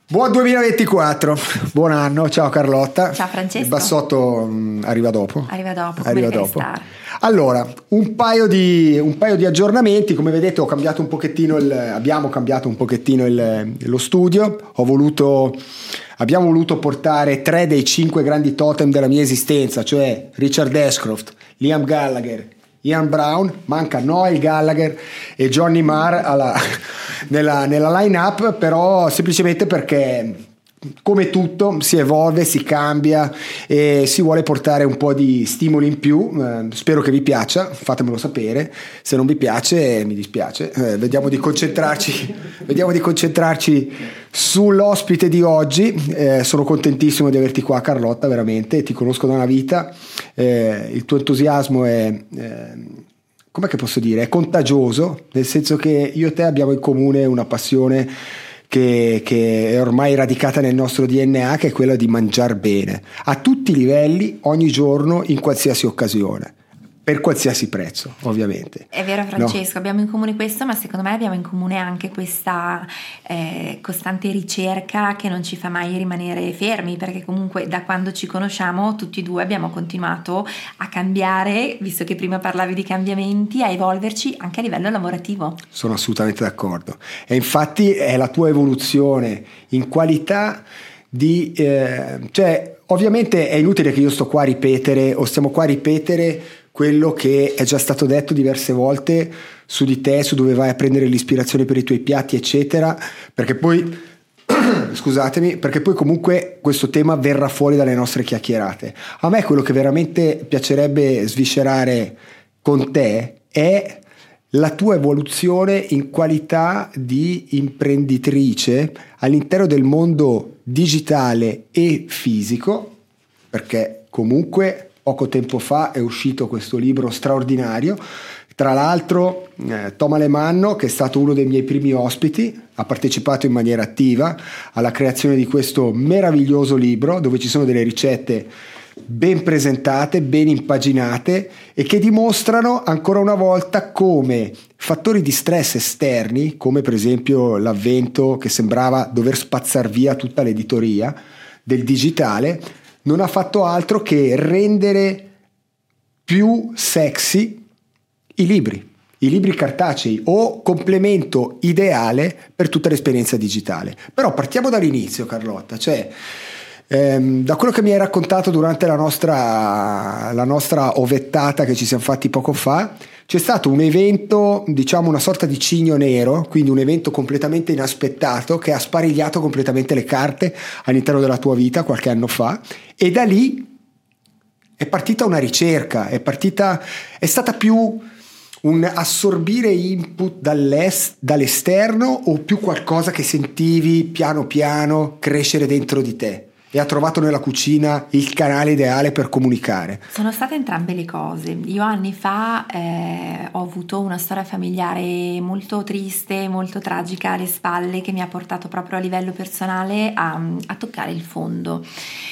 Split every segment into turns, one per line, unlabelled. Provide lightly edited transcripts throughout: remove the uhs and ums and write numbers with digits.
Buon 2024, buon anno, ciao Carlotta.
Ciao Francesco.
Il bassotto arriva dopo.
Arriva dopo.
Allora, un paio di aggiornamenti. Come vedete abbiamo cambiato un pochettino lo studio. Abbiamo voluto portare 3 dei 5 grandi totem della mia esistenza, cioè Richard Ashcroft, Liam Gallagher, Ian Brown. Manca Noel Gallagher e Johnny Marr nella line-up, però semplicemente perché, come tutto, si evolve, si cambia e si vuole portare un po' di stimoli in più. Spero che vi piaccia, fatemelo sapere. Se non vi piace, mi dispiace. Vediamo di concentrarci sull'ospite di oggi. Sono contentissimo di averti qua, Carlotta, veramente. Ti conosco da una vita. Il tuo entusiasmo è com'è che posso dire? È contagioso, nel senso che io e te abbiamo in comune una passione che è ormai radicata nel nostro DNA, che è quella di mangiare bene, a tutti i livelli, ogni giorno, in qualsiasi occasione, per qualsiasi prezzo, ovviamente.
È vero, Francesco, abbiamo in comune questo, ma secondo me abbiamo in comune anche questa costante ricerca che non ci fa mai rimanere fermi, perché comunque da quando ci conosciamo tutti e due abbiamo continuato a cambiare, visto che prima parlavi di cambiamenti, a evolverci anche a livello lavorativo.
Sono assolutamente d'accordo, e infatti è la tua evoluzione in qualità di cioè, ovviamente è inutile che io stiamo qua a ripetere quello che è già stato detto diverse volte su di te, su dove vai a prendere l'ispirazione per i tuoi piatti, eccetera, perché poi scusatemi, perché poi comunque questo tema verrà fuori dalle nostre chiacchierate. A me quello che veramente piacerebbe sviscerare con te è la tua evoluzione in qualità di imprenditrice all'interno del mondo digitale e fisico, perché comunque poco tempo fa è uscito questo libro straordinario. Tra l'altro Tom Alemanno, che è stato uno dei miei primi ospiti, ha partecipato in maniera attiva alla creazione di questo meraviglioso libro, dove ci sono delle ricette ben presentate, ben impaginate, e che dimostrano ancora una volta come fattori di stress esterni, come per esempio l'avvento che sembrava dover spazzar via tutta l'editoria del digitale, non ha fatto altro che rendere più sexy i libri cartacei, o complemento ideale per tutta l'esperienza digitale. Però partiamo dall'inizio, Carlotta, cioè da quello che mi hai raccontato durante la nostra ovettata che ci siamo fatti poco fa, c'è stato un evento, diciamo una sorta di cigno nero, quindi un evento completamente inaspettato che ha sparigliato completamente le carte all'interno della tua vita qualche anno fa, e da lì è partita una ricerca, è stata più un assorbire input dall'esterno, o più qualcosa che sentivi piano piano crescere dentro di te e ha trovato nella cucina il canale ideale per comunicare?
Sono state entrambe le cose. Io anni fa ho avuto una storia familiare molto triste, molto tragica alle spalle, che mi ha portato proprio a livello personale a toccare il fondo,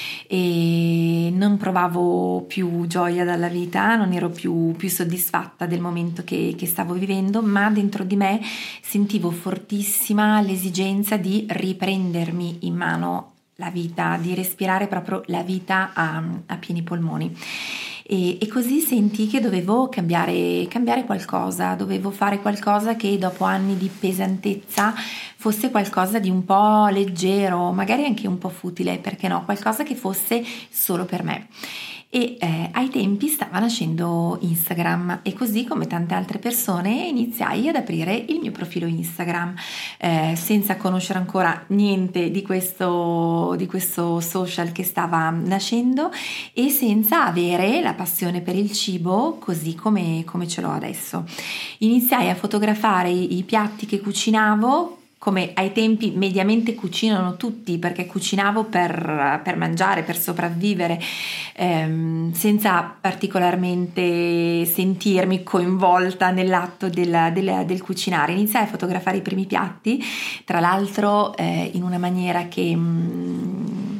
e non provavo più gioia dalla vita, non ero più soddisfatta del momento che stavo vivendo, ma dentro di me sentivo fortissima l'esigenza di riprendermi in mano la vita, di respirare proprio la vita a pieni polmoni. E così sentì che dovevo cambiare qualcosa, dovevo fare qualcosa che dopo anni di pesantezza fosse qualcosa di un po' leggero, magari anche un po' futile, perché no, qualcosa che fosse solo per me. E ai tempi stava nascendo Instagram, e così come tante altre persone iniziai ad aprire il mio profilo Instagram, senza conoscere ancora niente di questo social che stava nascendo, e senza avere la passione per il cibo così come ce l'ho adesso. Iniziai a fotografare i piatti che cucinavo, come ai tempi mediamente cucinano tutti, perché cucinavo per mangiare, per sopravvivere, senza particolarmente sentirmi coinvolta nell'atto del cucinare. Iniziai a fotografare i primi piatti, tra l'altro in una maniera che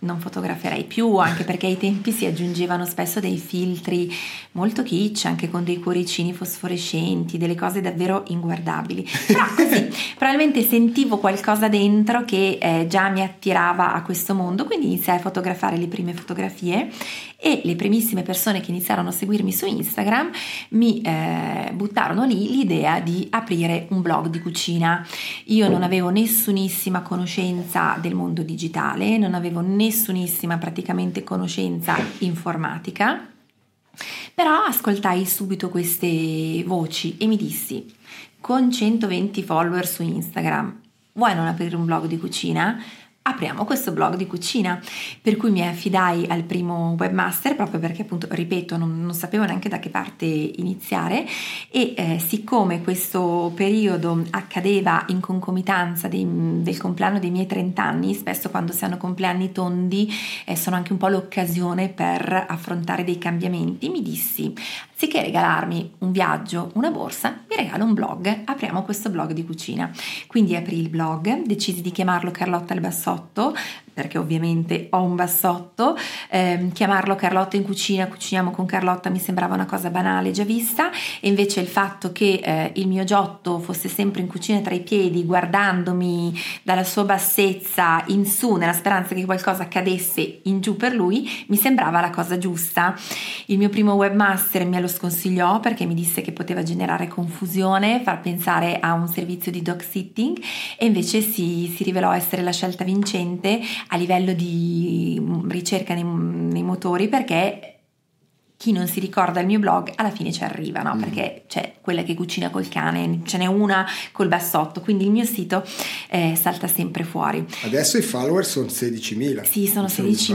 non fotograferei più, anche perché ai tempi si aggiungevano spesso dei filtri molto kitsch, anche con dei cuoricini fosforescenti, delle cose davvero inguardabili. Però così probabilmente sentivo qualcosa dentro che già mi attirava a questo mondo, quindi iniziai a fotografare le prime fotografie e le primissime persone che iniziarono a seguirmi su Instagram mi buttarono lì l'idea di aprire un blog di cucina. Io non avevo nessunissima conoscenza del mondo digitale, non avevo nessunissima praticamente conoscenza informatica, però ascoltai subito queste voci e mi dissi: con 120 follower su Instagram, vuoi non aprire un blog di cucina? Apriamo questo blog di cucina, per cui mi affidai al primo webmaster proprio perché, appunto, ripeto, non sapevo neanche da che parte iniziare e siccome questo periodo accadeva in concomitanza del compleanno dei miei 30 anni, spesso quando si hanno compleanni tondi sono anche un po' l'occasione per affrontare dei cambiamenti, mi dissi: anziché regalarmi un viaggio, una borsa, mi regalo un blog, apriamo questo blog di cucina. Quindi aprì il blog, decisi di chiamarlo Carlotta il Bassotto, perché ovviamente ho un bassotto. Chiamarlo Carlotta in cucina, cuciniamo con Carlotta, mi sembrava una cosa banale già vista, e invece il fatto che il mio Giotto fosse sempre in cucina tra i piedi, guardandomi dalla sua bassezza in su, nella speranza che qualcosa cadesse in giù per lui, mi sembrava la cosa giusta. Il mio primo webmaster me lo sconsigliò perché mi disse che poteva generare confusione, far pensare a un servizio di dog sitting, e invece si rivelò essere la scelta vincente a livello di ricerca nei motori, perché chi non si ricorda il mio blog alla fine ci arriva, no? Perché c'è quella che cucina col cane, ce n'è una col bassotto, quindi il mio sito salta sempre fuori.
Adesso i follower sono 16.000.
Sì, sono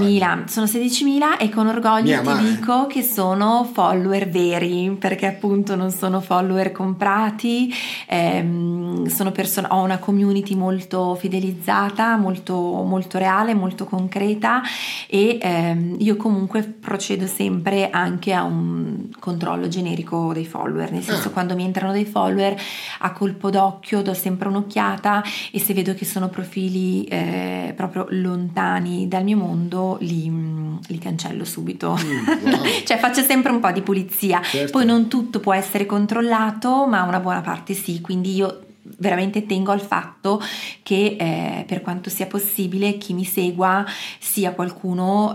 16.000 e con orgoglio dico che sono follower veri, perché appunto non sono follower comprati, sono ho una community molto fidelizzata, molto, molto reale, molto concreta, e io comunque procedo sempre anche a un controllo generico dei follower, nel senso, quando mi entrano dei follower a colpo d'occhio do sempre un'occhiata, e se vedo che sono profili proprio lontani dal mio mondo li cancello subito. Wow. Cioè faccio sempre un po' di pulizia. Certo. Poi non tutto può essere controllato, ma una buona parte sì, quindi io veramente tengo al fatto che per quanto sia possibile chi mi segua sia qualcuno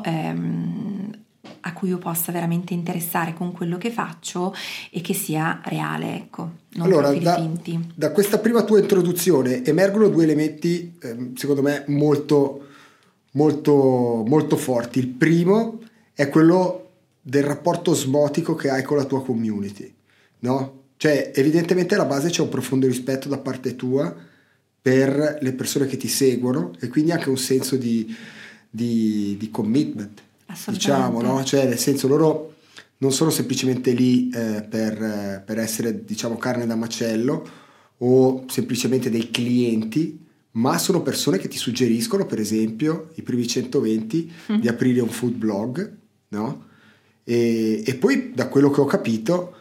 a cui io possa veramente interessare con quello che faccio e che sia reale, ecco, non profili finti.
Da questa prima tua introduzione emergono due elementi secondo me molto molto molto forti. Il primo è quello del rapporto osmotico che hai con la tua community, no? Cioè evidentemente alla base c'è un profondo rispetto da parte tua per le persone che ti seguono, e quindi anche un senso di commitment, diciamo, no? Cioè nel senso, loro non sono semplicemente lì per essere, diciamo, carne da macello o semplicemente dei clienti, ma sono persone che ti suggeriscono, per esempio i primi 120 di aprire un food blog, no? E poi da quello che ho capito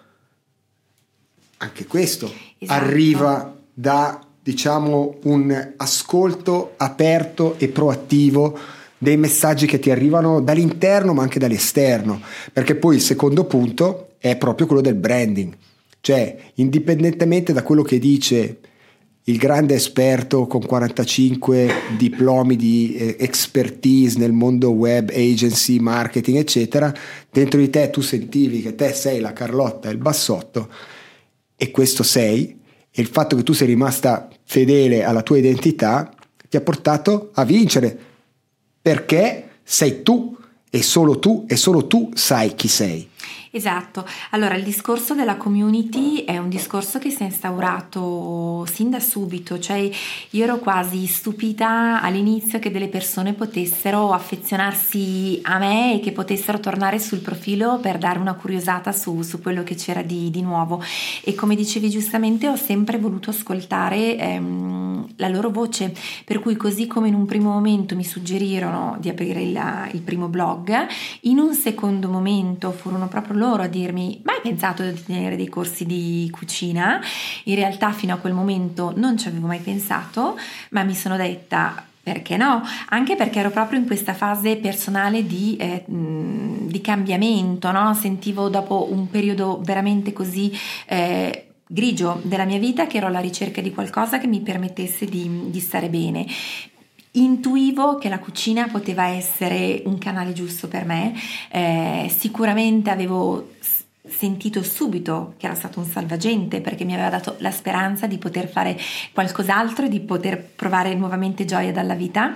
anche questo arriva da, diciamo, un ascolto aperto e proattivo dei messaggi che ti arrivano dall'interno ma anche dall'esterno, perché poi il secondo punto è proprio quello del branding. Cioè, indipendentemente da quello che dice il grande esperto con 45 diplomi di expertise nel mondo web, agency, marketing, eccetera, dentro di te tu sentivi che te sei la Carlotta il Bassotto, e questo sei, e il fatto che tu sei rimasta fedele alla tua identità ti ha portato a vincere, perché sei tu e solo tu sai chi sei.
Esatto, allora il discorso della community è un discorso che si è instaurato sin da subito, cioè io ero quasi stupita all'inizio che delle persone potessero affezionarsi a me e che potessero tornare sul profilo per dare una curiosata su quello che c'era di nuovo, e come dicevi giustamente ho sempre voluto ascoltare la loro voce, per cui così come in un primo momento mi suggerirono di aprire il primo blog, in un secondo momento furono proprio loro a dirmi: ma hai pensato di tenere dei corsi di cucina? In realtà fino a quel momento non ci avevo mai pensato, ma mi sono detta: Perché no? Anche perché ero proprio in questa fase personale di cambiamento, no? Sentivo dopo un periodo veramente così grigio della mia vita che ero alla ricerca di qualcosa che mi permettesse di stare bene. Intuivo che la cucina poteva essere un canale giusto per me, sicuramente avevo sentito subito che era stato un salvagente perché mi aveva dato la speranza di poter fare qualcos'altro e di poter provare nuovamente gioia dalla vita.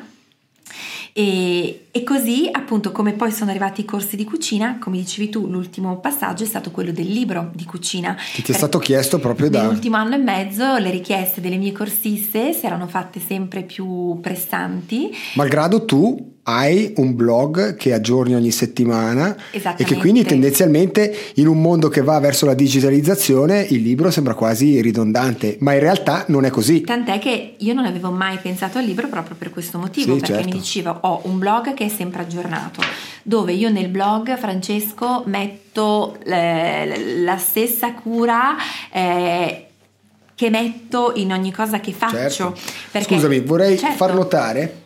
E così appunto come poi sono arrivati i corsi di cucina, come dicevi tu, l'ultimo passaggio è stato quello del libro di cucina
che ti è stato chiesto proprio
nell'ultimo anno e mezzo. Le richieste delle mie corsiste si erano fatte sempre più pressanti,
malgrado tu hai un blog che aggiorni ogni settimana e che quindi tendenzialmente in un mondo che va verso la digitalizzazione il libro sembra quasi ridondante, ma in realtà non è così.
Tant'è che io non avevo mai pensato al libro proprio per questo motivo,
sì,
perché
certo.
Mi dicevo ho un blog che è sempre aggiornato, dove io nel blog, Francesco, metto la stessa cura che metto in ogni cosa che faccio.
Certo.
Perché,
scusami, vorrei far notare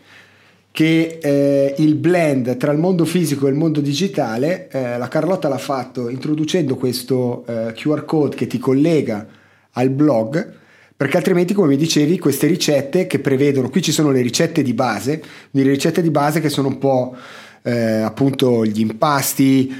che il blend tra il mondo fisico e il mondo digitale la Carlotta l'ha fatto introducendo questo QR code che ti collega al blog, perché altrimenti, come mi dicevi, queste ricette che prevedono, qui ci sono le ricette di base, quindi le ricette di base che sono un po' appunto gli impasti,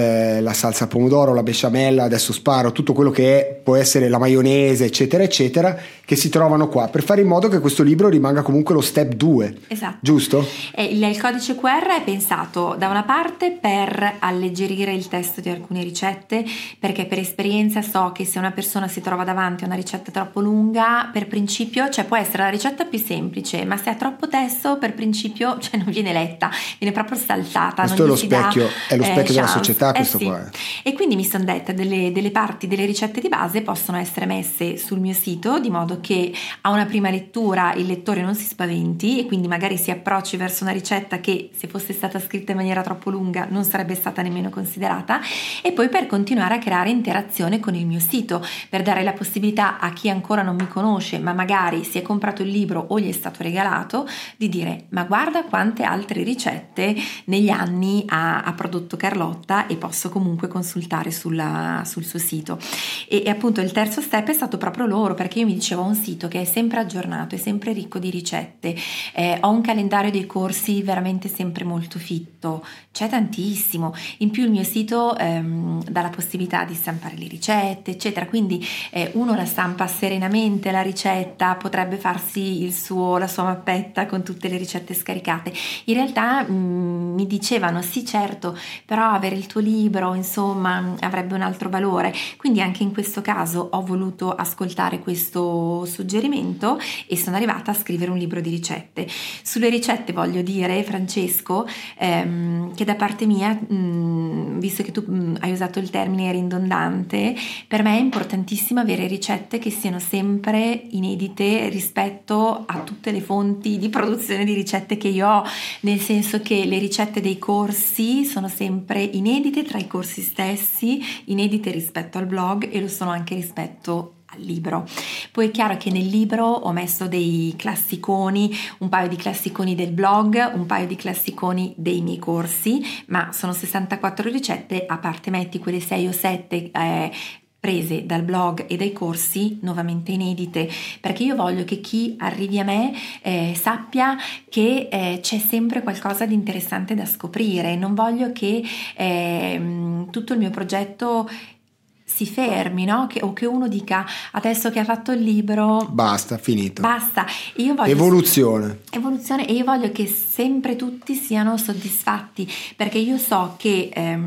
la salsa pomodoro, la besciamella, adesso sparo tutto quello che può essere la maionese eccetera eccetera, che si trovano qua per fare in modo che questo libro rimanga comunque lo step 2.
Esatto.
Giusto?
Il codice QR è pensato da una parte per alleggerire il testo di alcune ricette, perché per esperienza so che se una persona si trova davanti a una ricetta troppo lunga, per principio, cioè può essere la ricetta più semplice, ma se ha troppo testo per principio non viene letta, viene proprio saltata.
Questo
non
è lo specchio della società, questo
sì.
qua.
E quindi mi sono detta delle parti delle ricette di base possono essere messe sul mio sito, di modo che a una prima lettura il lettore non si spaventi e quindi magari si approcci verso una ricetta che se fosse stata scritta in maniera troppo lunga non sarebbe stata nemmeno considerata, e poi per continuare a creare interazione con il mio sito, per dare la possibilità a chi ancora non mi conosce ma magari si è comprato il libro o gli è stato regalato di dire: ma guarda quante altre ricette negli anni ha prodotto Carlotta e posso comunque consultare sul suo sito. E appunto il terzo step è stato proprio loro, perché io mi dicevo ho un sito che è sempre aggiornato, è sempre ricco di ricette, ho un calendario dei corsi veramente sempre molto fitto, c'è tantissimo, in più il mio sito dà la possibilità di stampare le ricette eccetera, quindi uno la stampa serenamente la ricetta, potrebbe farsi la sua mappetta con tutte le ricette scaricate. In realtà mi dicevano sì certo, però avere il tuo libro insomma avrebbe un altro valore, quindi anche in questo caso ho voluto ascoltare questo suggerimento e sono arrivata a scrivere un libro di ricette. Sulle ricette voglio dire, Francesco, che da parte mia, visto che tu hai usato il termine ridondante, per me è importantissimo avere ricette che siano sempre inedite rispetto a tutte le fonti di produzione di ricette che io ho, nel senso che le ricette dei corsi sono sempre inedite tra i corsi stessi, inedite rispetto al blog e lo sono anche rispetto al libro. Poi è chiaro che nel libro ho messo dei classiconi, un paio di classiconi del blog, un paio di classiconi dei miei corsi, ma sono 64 ricette, a parte metti quelle 6 o 7 prese dal blog e dai corsi, nuovamente inedite, perché io voglio che chi arrivi a me sappia che c'è sempre qualcosa di interessante da scoprire. Non voglio che tutto il mio progetto si fermi, no? O che uno dica adesso che ha fatto il libro
basta, finito,
basta. Io voglio evoluzione, e io voglio che sempre tutti siano soddisfatti, perché io so che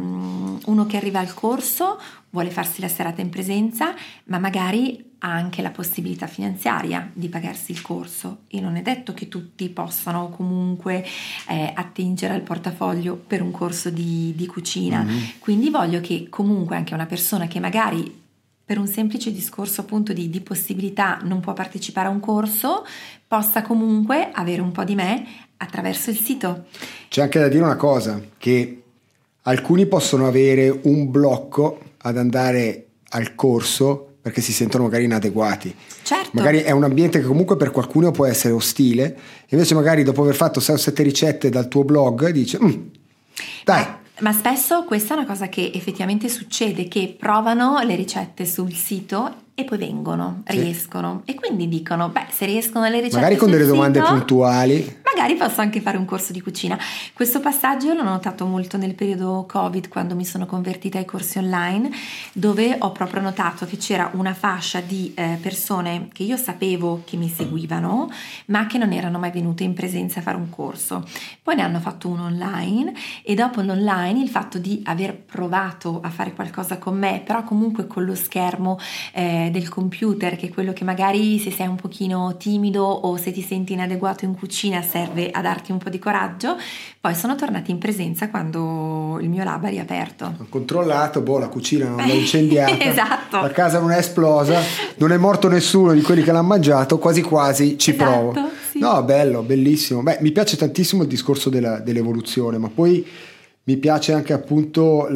uno che arriva al corso vuole farsi la serata in presenza, ma magari ha anche la possibilità finanziaria di pagarsi il corso, e non è detto che tutti possano comunque attingere al portafoglio per un corso di cucina. Quindi voglio che comunque anche una persona che magari per un semplice discorso appunto di possibilità non può partecipare a un corso possa comunque avere un po' di me attraverso il sito.
C'è anche da dire una cosa, che alcuni possono avere un blocco ad andare al corso perché si sentono magari inadeguati.
Certo.
Magari è un ambiente che comunque per qualcuno può essere ostile, invece magari dopo aver fatto 6 o 7 ricette dal tuo blog dice dai.
Ma spesso questa è una cosa che effettivamente succede, che provano le ricette sul sito e poi vengono, riescono, e quindi dicono, se riescono le ricette
magari con
sul
delle domande
sito,
puntuali,
magari posso anche fare un corso di cucina. Questo passaggio l'ho notato molto nel periodo Covid, quando mi sono convertita ai corsi online, dove ho proprio notato che c'era una fascia di persone che io sapevo che mi seguivano, ma che non erano mai venute in presenza a fare un corso. Poi ne hanno fatto uno online, e dopo l'online il fatto di aver provato a fare qualcosa con me, però comunque con lo schermo del computer, che è quello che magari, se sei un pochino timido o se ti senti inadeguato in cucina, serve a darti un po' di coraggio. Poi sono tornati in presenza quando il mio lab è riaperto.
Ho controllato, la cucina non è incendiata,
esatto.
La casa non è esplosa, non è morto nessuno di quelli che l'hanno mangiato, quasi quasi ci provo.
Sì.
No, bello, bellissimo. Mi piace tantissimo il discorso dell'evoluzione, ma poi mi piace anche appunto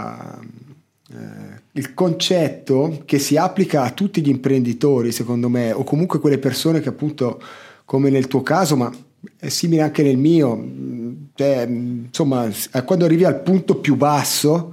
il concetto che si applica a tutti gli imprenditori, secondo me, o comunque quelle persone che appunto, come nel tuo caso, ma è simile anche nel mio, insomma, quando arrivi al punto più basso,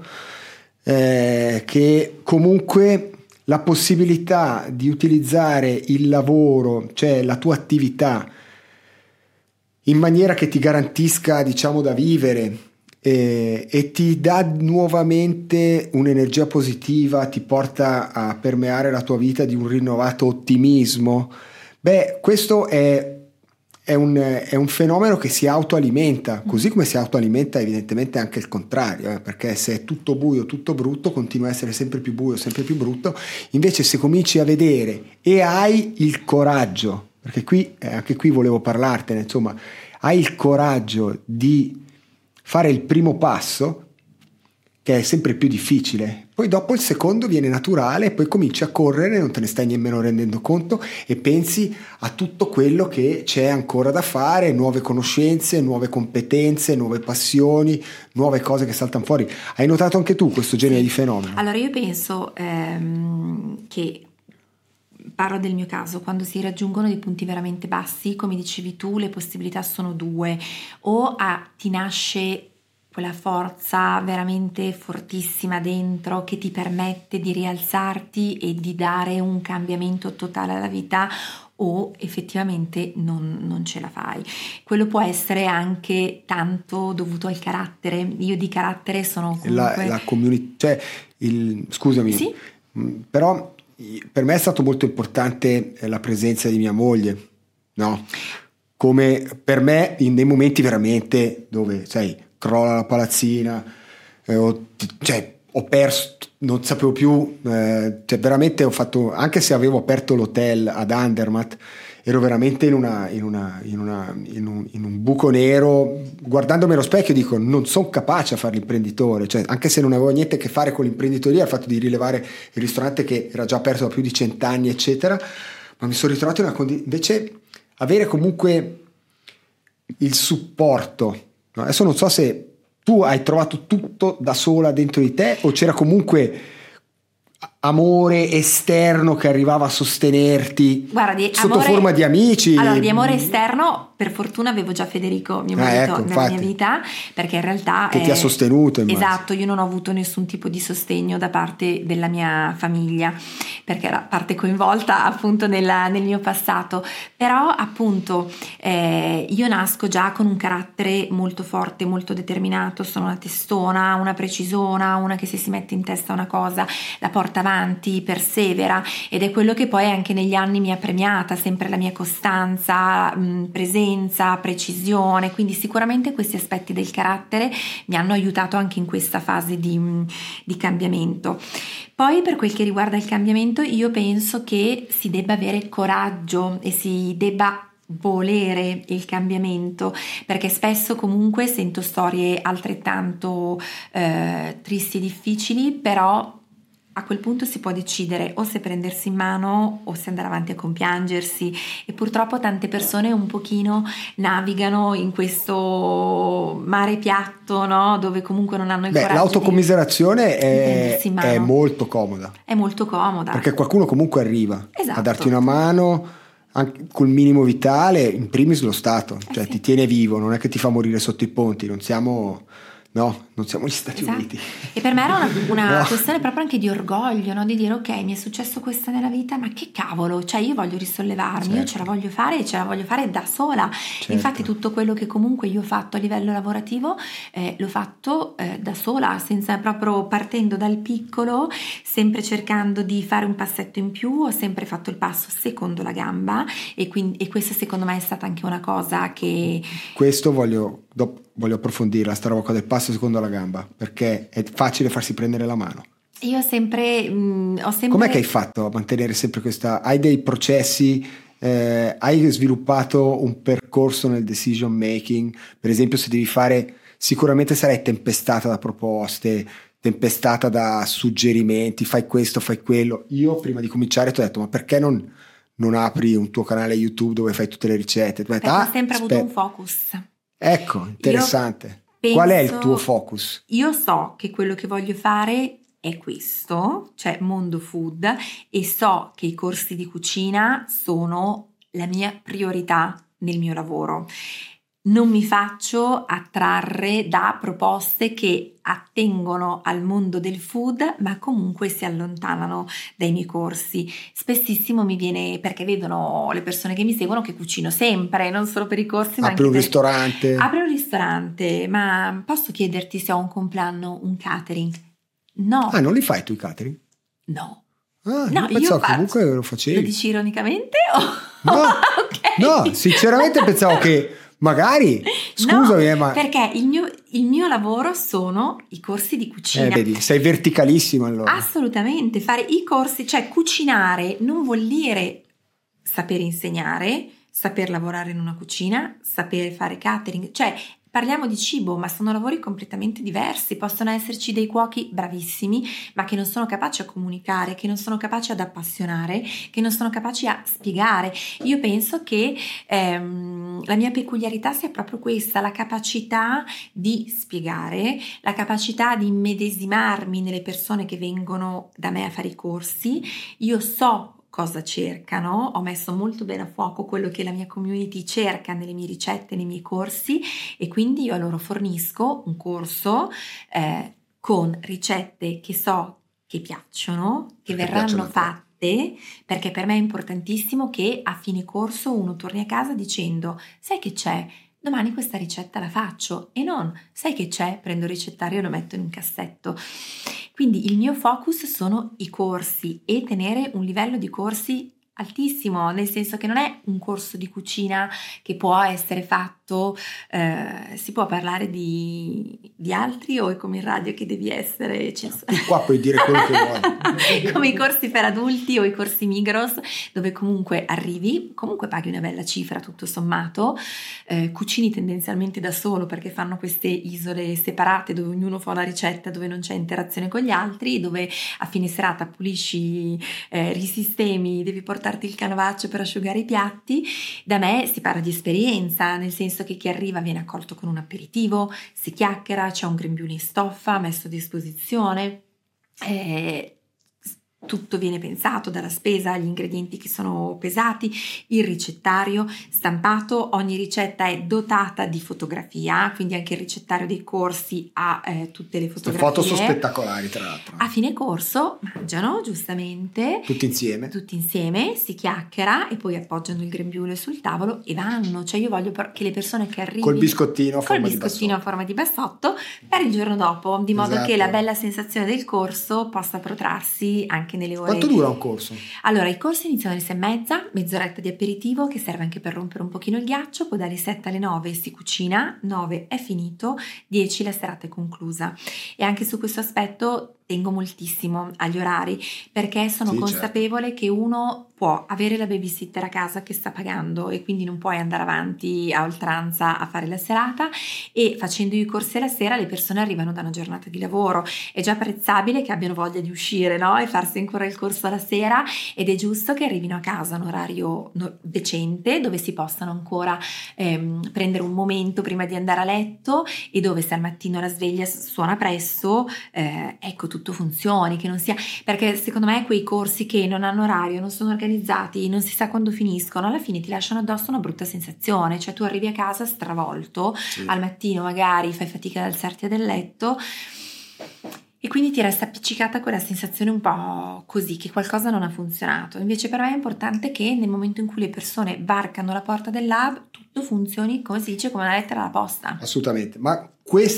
che comunque la possibilità di utilizzare il lavoro, cioè la tua attività, in maniera che ti garantisca, diciamo, da vivere, e ti dà nuovamente un'energia positiva, ti porta a permeare la tua vita di un rinnovato ottimismo. Questo è un fenomeno che si autoalimenta, così come si autoalimenta evidentemente anche il contrario, perché se è tutto buio, tutto brutto, continua a essere sempre più buio, sempre più brutto. Invece se cominci a vedere e hai il coraggio, perché anche qui volevo parlartene, insomma, hai il coraggio di fare il primo passo, che è sempre più difficile, poi dopo il secondo viene naturale, e poi cominci a correre, non te ne stai nemmeno rendendo conto, e pensi a tutto quello che c'è ancora da fare, nuove conoscenze, nuove competenze, nuove passioni, nuove cose che saltano fuori. Hai notato anche tu questo genere di fenomeno?
Allora io penso che, parlo del mio caso, quando si raggiungono dei punti veramente bassi, come dicevi tu, le possibilità sono due: o ti nasce quella forza veramente fortissima dentro che ti permette di rialzarti e di dare un cambiamento totale alla vita, o effettivamente non ce la fai. Quello può essere anche tanto dovuto al carattere. Io di carattere sono comunque
la community, cioè scusami,
sì?
Però per me è stato molto importante la presenza di mia moglie, no? Come per me in dei momenti veramente dove, sai, crolla la palazzina, ho perso, non sapevo più, veramente ho fatto, anche se avevo aperto l'hotel ad Andermatt, ero veramente in un buco nero. Guardandomi allo specchio dico, non sono capace a fare l'imprenditore, cioè anche se non avevo niente a che fare con l'imprenditoria, il fatto di rilevare il ristorante che era già aperto da più di 100 anni eccetera, ma mi sono ritrovato in una condizione, invece avere comunque il supporto, no? Adesso non so se tu hai trovato tutto da sola dentro di te o c'era comunque amore esterno che arrivava a sostenerti.
Guarda,
sotto forma di amici.
Allora, di amore esterno, per fortuna avevo già Federico, mio marito, nella mia vita, perché in realtà
che ti ha sostenuto.
Esatto, io non ho avuto nessun tipo di sostegno da parte della mia famiglia, perché era parte coinvolta appunto nel mio passato. Però appunto io nasco già con un carattere molto forte, molto determinato. Sono una testona, una precisona, una che se si mette in testa una cosa la porta avanti, persevera, ed è quello che poi anche negli anni mi ha premiata, sempre la mia costanza, presenza, precisione. Quindi sicuramente questi aspetti del carattere mi hanno aiutato anche in questa fase di cambiamento. Poi per quel che riguarda il cambiamento, io penso che si debba avere coraggio e si debba volere il cambiamento, perché spesso comunque sento storie altrettanto tristi e difficili, però a quel punto si può decidere o se prendersi in mano o se andare avanti a compiangersi, e purtroppo tante persone un pochino navigano in questo mare piatto, no? Dove comunque non hanno il coraggio
l'autocommiserazione
di prendersi in mano.
è molto comoda.
È molto comoda.
Perché qualcuno comunque arriva
Esatto.
a darti una mano anche col minimo vitale, in primis lo Stato, cioè
sì.
ti tiene vivo, non è che ti fa morire sotto i ponti, non siamo gli Stati
Esatto.
Uniti.
E per me era una
No.
questione proprio anche di orgoglio, no? Di dire ok, mi è successo questo nella vita, ma che cavolo, cioè io voglio risollevarmi,
Certo.
io ce la voglio fare e ce la voglio fare da sola.
Certo.
Infatti tutto quello che comunque io ho fatto a livello lavorativo l'ho fatto da sola, senza proprio partendo dal piccolo, sempre cercando di fare un passetto in più, ho sempre fatto il passo secondo la gamba, e questa secondo me è stata anche una cosa che...
Questo voglio approfondirla, sta roba qua del passo secondo la gamba, perché è facile farsi prendere la mano.
Io ho sempre...
Com'è che hai fatto a mantenere sempre questa... Hai dei processi, hai sviluppato un percorso nel decision making? Per esempio, se devi fare... Sicuramente sarai tempestata da proposte, tempestata da suggerimenti, fai questo, fai quello. Io prima di cominciare ti ho detto, ma perché non apri un tuo canale YouTube dove fai tutte le ricette? Tu hai detto,
ho sempre avuto un focus.
Ecco, interessante. Qual è il tuo focus?
Io so che quello che voglio fare è questo, cioè mondo food, e so che i corsi di cucina sono la mia priorità nel mio lavoro. Non mi faccio attrarre da proposte che attengono al mondo del food, ma comunque si allontanano dai miei corsi. Spessissimo mi viene, perché vedono le persone che mi seguono, che cucino sempre, non solo per i corsi, ma
Apri un ristorante.
Apri un ristorante, ma posso chiederti se ho un compleanno, un catering? No.
Ah, non li fai tu i catering?
No.
Ah,
no,
io pensavo
faccio.
Comunque lo facevi.
Lo dici ironicamente?
No,
okay.
No, sinceramente pensavo che magari, scusami,
no,
ma...
perché il mio lavoro sono i corsi di cucina.
Vedi, sei verticalissima allora.
Assolutamente, fare i corsi, cioè cucinare non vuol dire saper insegnare, saper lavorare in una cucina, saper fare catering, cioè parliamo di cibo, ma sono lavori completamente diversi. Possono esserci dei cuochi bravissimi, ma che non sono capaci a comunicare, che non sono capaci ad appassionare, che non sono capaci a spiegare. Io penso che la mia peculiarità sia proprio questa, la capacità di spiegare, la capacità di immedesimarmi nelle persone che vengono da me a fare i corsi. Io so cosa cercano, ho messo molto bene a fuoco quello che la mia community cerca nelle mie ricette, nei miei corsi, e quindi io a loro fornisco un corso con ricette che so che piacciono, che verranno fatte, perché per me è importantissimo che a fine corso uno torni a casa dicendo: sai che c'è? Domani questa ricetta la faccio, e non sai che c'è? Prendo il ricettario e lo metto in un cassetto. Quindi il mio focus sono i corsi, e tenere un livello di corsi altissimo, nel senso che non è un corso di cucina che può essere fatto, si può parlare di altri, o è come in radio che devi essere
tu qua puoi dire quello che vuoi.
come i corsi per adulti o i corsi Migros, dove comunque arrivi, comunque paghi una bella cifra tutto sommato, cucini tendenzialmente da solo, perché fanno queste isole separate dove ognuno fa una ricetta, dove non c'è interazione con gli altri, dove a fine serata pulisci, risistemi, devi portarti il canovaccio per asciugare i piatti. Da me si parla di esperienza, nel senso che chi arriva viene accolto con un aperitivo, si chiacchiera, c'è un grembiule in stoffa messo a disposizione, tutto viene pensato, dalla spesa agli ingredienti che sono pesati, il ricettario stampato, ogni ricetta è dotata di fotografia, quindi anche il ricettario dei corsi ha tutte le fotografie.
Foto sono spettacolari, tra l'altro.
A fine corso mangiano, giustamente,
tutti insieme,
si chiacchiera, e poi appoggiano il grembiule sul tavolo e vanno. Cioè io voglio che le persone che arrivino
col biscottino
a forma di bassotto per il giorno dopo, di modo che la bella sensazione del corso possa protrarsi anche nelle ore.
Quanto dura un corso?
Allora, i corsi iniziano alle 6:30, mezz'oretta di aperitivo che serve anche per rompere un pochino il ghiaccio, poi dalle 7 alle 9 si cucina, 9 è finito, 10 la serata è conclusa. E anche su questo aspetto tengo moltissimo agli orari, perché sono consapevole che uno può avere la babysitter a casa che sta pagando e quindi non puoi andare avanti a oltranza a fare la serata, e facendo i corsi alla sera le persone arrivano da una giornata di lavoro. È già apprezzabile che abbiano voglia di uscire, no? E farsi ancora il corso alla sera, ed è giusto che arrivino a casa a un orario decente, dove si possano ancora prendere un momento prima di andare a letto, e dove se al mattino la sveglia suona presto, ecco, tutto funzioni, che non sia, perché secondo me quei corsi che non hanno orario, non sono organizzati, non si sa quando finiscono, alla fine ti lasciano addosso una brutta sensazione. Cioè tu arrivi a casa stravolto, al mattino magari fai fatica ad alzarti dal letto e quindi ti resta appiccicata quella sensazione un po' così, che qualcosa non ha funzionato. Invece per me è importante che nel momento in cui le persone varcano la porta del lab tutto funzioni, come si dice, come una lettera alla posta.
Assolutamente, ma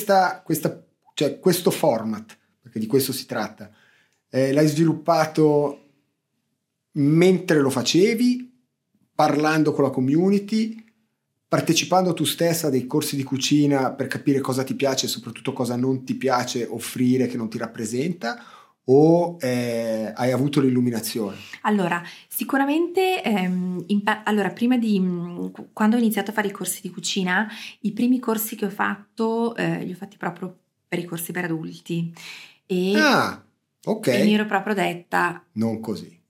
cioè questo format, perché di questo si tratta, l'hai sviluppato mentre lo facevi, parlando con la community, partecipando tu stessa a dei corsi di cucina per capire cosa ti piace e soprattutto cosa non ti piace offrire, che non ti rappresenta, o hai avuto l'illuminazione?
Allora, sicuramente, allora, prima di quando ho iniziato a fare i corsi di cucina, i primi corsi che ho fatto, li ho fatti proprio per i corsi per adulti.
Ok.
E mi ero proprio detta:
non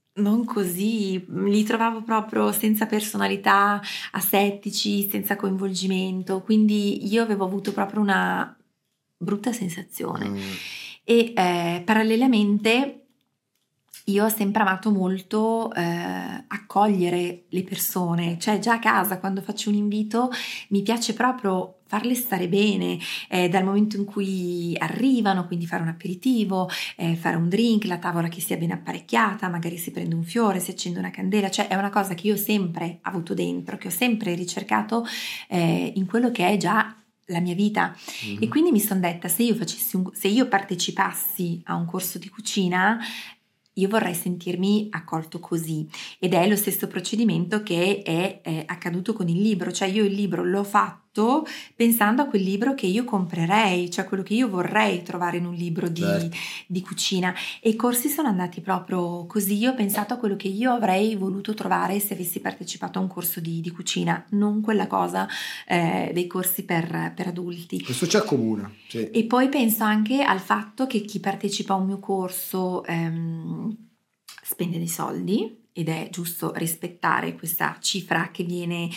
così,
li trovavo proprio senza personalità, asettici, senza coinvolgimento, quindi io avevo avuto proprio una brutta sensazione. E parallelamente io ho sempre amato molto accogliere le persone, cioè già a casa quando faccio un invito mi piace proprio farle stare bene, dal momento in cui arrivano, quindi fare un aperitivo, fare un drink, la tavola che sia ben apparecchiata, magari si prende un fiore, si accende una candela, cioè è una cosa che io ho sempre avuto dentro, che ho sempre ricercato in quello che è già la mia vita. E quindi mi sono detta, se io partecipassi a un corso di cucina, io vorrei sentirmi accolto così, ed è lo stesso procedimento che è accaduto con il libro. Cioè io il libro l'ho fatto pensando a quel libro che io comprerei, cioè quello che io vorrei trovare in un libro di cucina, e i corsi sono andati proprio così. Io ho pensato a quello che io avrei voluto trovare se avessi partecipato a un corso di cucina, non quella cosa dei corsi per adulti.
Questo ci accomuna, sì.
E poi penso anche al fatto che chi partecipa a un mio corso spende dei soldi, ed è giusto rispettare questa cifra che viene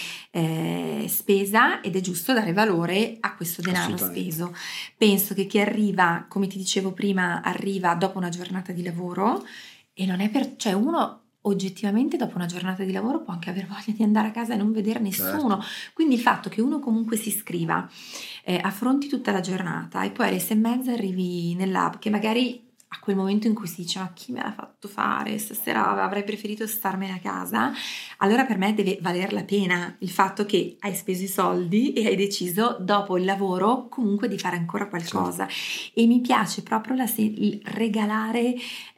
spesa, ed è giusto dare valore a questo denaro speso. Penso che chi arriva, come ti dicevo prima, arriva dopo una giornata di lavoro, e non è cioè uno oggettivamente dopo una giornata di lavoro può anche aver voglia di andare a casa e non vedere nessuno. Quindi il fatto che uno comunque si iscriva, affronti tutta la giornata e poi alle 6:30 arrivi nel lab, che magari a quel momento in cui si dice: ma chi me l'ha fatto fare, stasera avrei preferito starmene a casa, allora per me deve valer la pena il fatto che hai speso i soldi e hai deciso dopo il lavoro comunque di fare ancora qualcosa. E mi piace proprio il regalare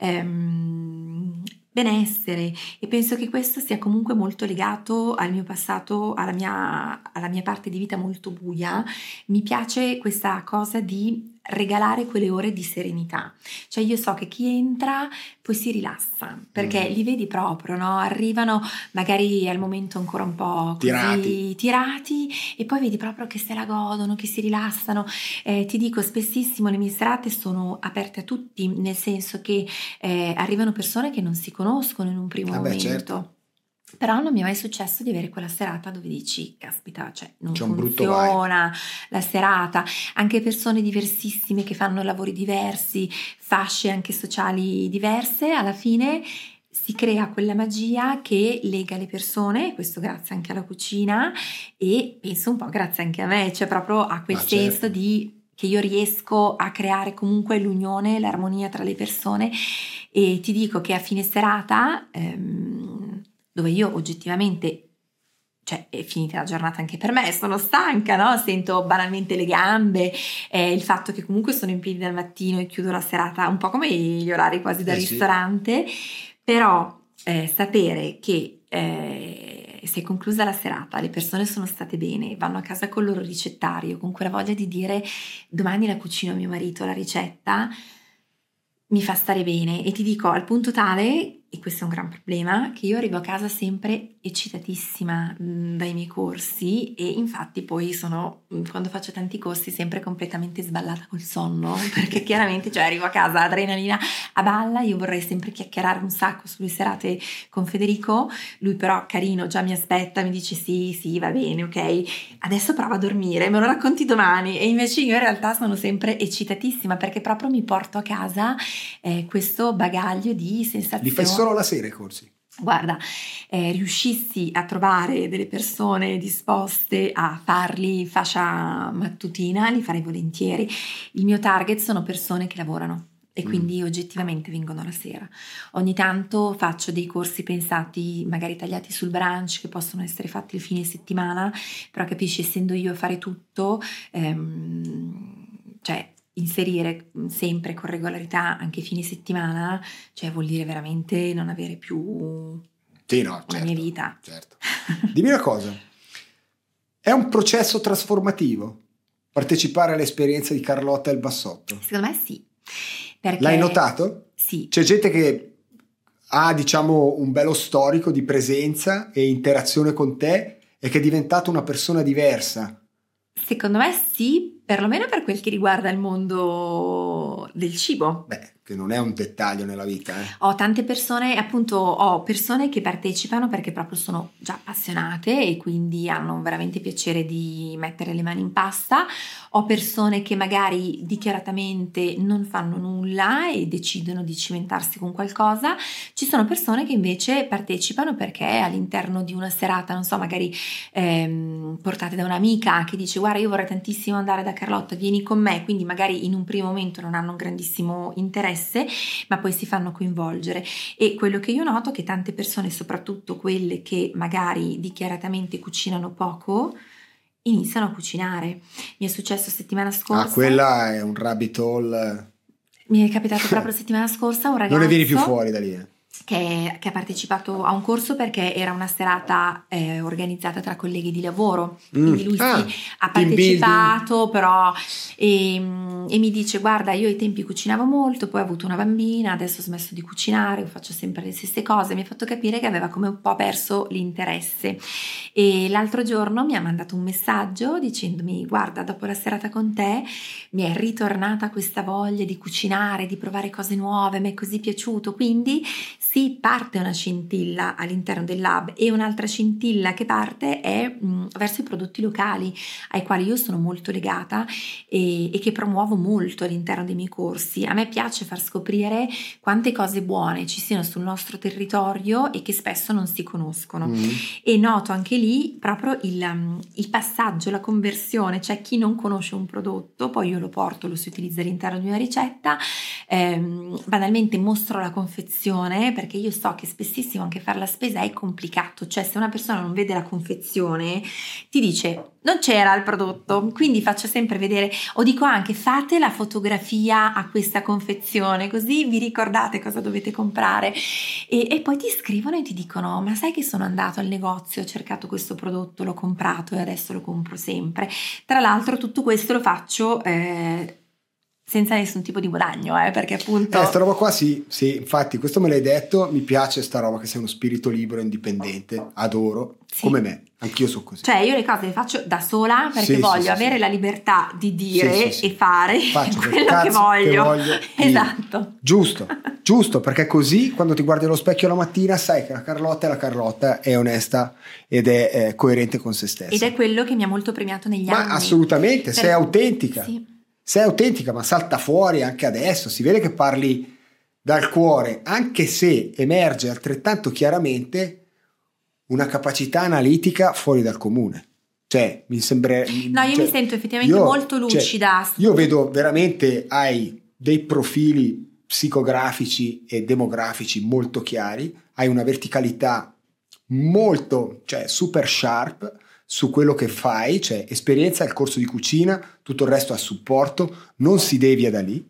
benessere, e penso che questo sia comunque molto legato al mio passato, alla mia parte di vita molto buia. Mi piace questa cosa di regalare quelle ore di serenità. Cioè io so che chi entra poi si rilassa, perché li vedi proprio, no? Arrivano magari al momento ancora un po' così tirati, e poi vedi proprio che se la godono, che si rilassano. Ti dico, spessissimo le mie serate sono aperte a tutti, nel senso che arrivano persone che non si conoscono in un primo momento.
Certo.
Però non mi è mai successo di avere quella serata dove dici: caspita, cioè non funziona la serata. Anche persone diversissime che fanno lavori diversi, fasce anche sociali diverse, alla fine si crea quella magia che lega le persone, questo grazie anche alla cucina, e penso un po' grazie anche a me, cioè proprio a quel senso che io riesco a creare comunque l'unione, l'armonia tra le persone. E ti dico che a fine serata, dove io oggettivamente, cioè è finita la giornata anche per me, sono stanca, no? Sento banalmente le gambe, il fatto che comunque sono in piedi dal mattino e chiudo la serata un po' come gli orari quasi da ristorante, però sapere che si è conclusa la serata, le persone sono state bene, vanno a casa col loro ricettario, con quella voglia di dire: domani la cucino a mio marito la ricetta, mi fa stare bene, e ti dico al punto tale, e questo è un gran problema, che io arrivo a casa sempre eccitatissima dai miei corsi, e infatti poi sono, quando faccio tanti corsi, sempre completamente sballata col sonno, perché chiaramente cioè arrivo a casa adrenalina a balla. Io vorrei sempre chiacchierare un sacco sulle serate con Federico, lui però carino già mi aspetta, mi dice sì va bene, ok, adesso prova a dormire, me lo racconti domani. E invece io in realtà sono sempre eccitatissima, perché proprio mi porto a casa questo bagaglio di sensazioni.
Li fai solo la sera i corsi?
Guarda, riuscissi a trovare delle persone disposte a farli fascia mattutina, li farei volentieri. Il mio target sono persone che lavorano e quindi oggettivamente vengono la sera. Ogni tanto faccio dei corsi pensati, magari tagliati sul brunch, che possono essere fatti il fine settimana, però capisci, essendo io a fare tutto, cioè inserire sempre con regolarità anche fine settimana, cioè vuol dire veramente non avere più la mia vita.
Certo. Dimmi una cosa, è un processo trasformativo partecipare all'esperienza di Carlotta e il Bassotto?
Secondo me sì. Perché...
L'hai notato?
Sì.
C'è gente che ha, diciamo, un bello storico di presenza e interazione con te e che è diventata una persona diversa.
Secondo me sì, perlomeno per quel che riguarda il mondo del cibo.
Beh, che non è un dettaglio nella vita.
Ho tante persone, appunto, ho persone che partecipano perché proprio sono già appassionate e quindi hanno veramente piacere di mettere le mani in pasta. Ho persone che magari dichiaratamente non fanno nulla e decidono di cimentarsi con qualcosa. Ci sono persone che invece partecipano perché all'interno di una serata, non so, magari portate da un'amica che dice guarda, io vorrei tantissimo andare da Carlotta, vieni con me, quindi magari in un primo momento non hanno un grandissimo interesse, ma poi si fanno coinvolgere. E quello che io noto è che tante persone, soprattutto quelle che magari dichiaratamente cucinano poco, iniziano a cucinare. Mi è successo settimana scorsa.
Quella è un rabbit hole.
Mi è capitato proprio la settimana scorsa un ragazzo
non ne vieni più fuori da lì.
Che ha partecipato a un corso perché era una serata organizzata tra colleghi di lavoro, quindi lui ha partecipato, però e mi dice guarda, io ai tempi cucinavo molto, poi ho avuto una bambina, adesso ho smesso di cucinare, faccio sempre le stesse cose. Mi ha fatto capire che aveva come un po' perso l'interesse, e l'altro giorno mi ha mandato un messaggio dicendomi guarda, dopo la serata con te mi è ritornata questa voglia di cucinare, di provare cose nuove, mi è così piaciuto. Quindi sì, parte una scintilla all'interno del lab, e un'altra scintilla che parte è verso i prodotti locali ai quali io sono molto legata e che promuovo molto all'interno dei miei corsi. A me piace far scoprire quante cose buone ci siano sul nostro territorio e che spesso non si conoscono. E noto anche lì proprio il passaggio, la conversione, cioè chi non conosce un prodotto, poi io lo porto, lo si utilizza all'interno di una ricetta, banalmente mostro la confezione, perché io so che spessissimo anche fare la spesa è complicato, cioè se una persona non vede la confezione ti dice non c'era il prodotto, quindi faccio sempre vedere, o dico anche fate la fotografia a questa confezione così vi ricordate cosa dovete comprare, e poi ti scrivono e ti dicono ma sai che sono andato al negozio, ho cercato questo prodotto, l'ho comprato e adesso lo compro sempre. Tra l'altro tutto questo lo faccio senza nessun tipo di guadagno, perché appunto
sta roba qua sì, infatti questo me l'hai detto, mi piace sta roba che sei uno spirito libero, indipendente, adoro, sì. Come me, anch'io sono così,
cioè io le cose le faccio da sola perché voglio avere la libertà di dire e fare quello che voglio. Esatto,
giusto, perché così quando ti guardi allo specchio la mattina sai che la Carlotta è onesta ed è coerente con se stessa,
ed è quello che mi ha molto premiato negli anni.
Ma assolutamente, sei autentica. Sei autentica, ma salta fuori anche adesso, si vede che parli dal cuore, anche se emerge altrettanto chiaramente una capacità analitica fuori dal comune. Cioè, mi sembra...
No, io mi sento effettivamente molto lucida.
Io vedo veramente, hai dei profili psicografici e demografici molto chiari, hai una verticalità molto, cioè super sharp, su quello che fai, cioè esperienza, il corso di cucina, tutto il resto a supporto, non si devia da lì,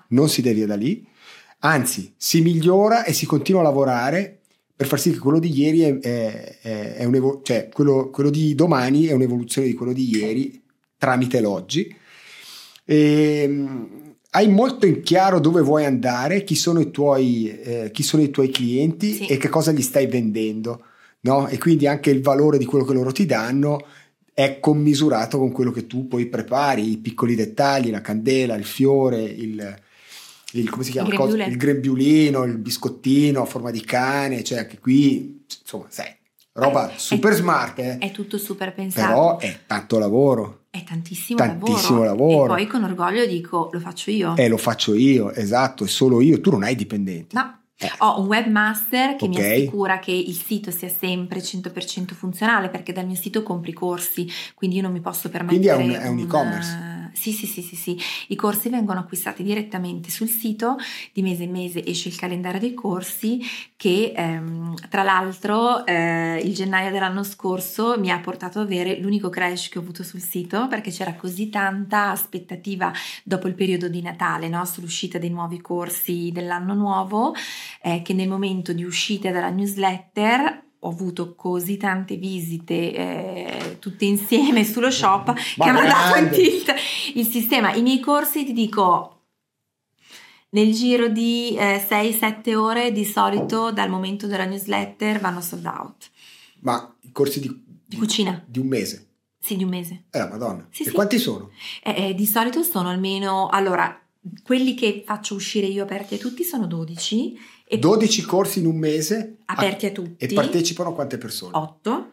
anzi si migliora e si continua a lavorare per far sì che quello di ieri cioè quello di domani è un'evoluzione di quello di ieri tramite l'oggi. hai molto in chiaro dove vuoi andare, chi sono i tuoi clienti,
sì,
e che cosa gli stai vendendo, no? E quindi anche il valore di quello che loro ti danno è commisurato con quello che tu poi prepari, i piccoli dettagli, la candela, il fiore, come si chiama? Il grembiulino, il biscottino a forma di cane, cioè anche qui, insomma, sai, roba super smart,
è tutto super pensato.
Però è tanto lavoro.
È tantissimo lavoro. E poi con orgoglio dico, lo faccio io.
Lo faccio io, esatto, è solo io. Tu non hai dipendenti.
No. Ho un webmaster che mi assicura che il sito sia sempre 100% funzionale, perché dal mio sito compri corsi, quindi io non mi posso permettere.
Quindi è un e-commerce.
Sì. I corsi vengono acquistati direttamente sul sito, di mese in mese esce il calendario dei corsi che tra l'altro il gennaio dell'anno scorso mi ha portato ad avere l'unico crash che ho avuto sul sito, perché c'era così tanta aspettativa dopo il periodo di Natale, no? Sull'uscita dei nuovi corsi dell'anno nuovo, che nel momento di uscita dalla newsletter ho avuto così tante visite tutte insieme sullo shop che ha mandato in tilt il sistema. I miei corsi, ti dico, nel giro di 6-7 ore di solito dal momento della newsletter vanno sold out.
Ma i corsi di
cucina?
Di un mese?
Sì, di un mese.
Madonna.
Sì,
e quanti sono?
Di solito sono almeno, allora, quelli che faccio uscire io aperti a tutti sono 12.
12 corsi in un mese?
Aperti a tutti.
E partecipano quante persone?
8.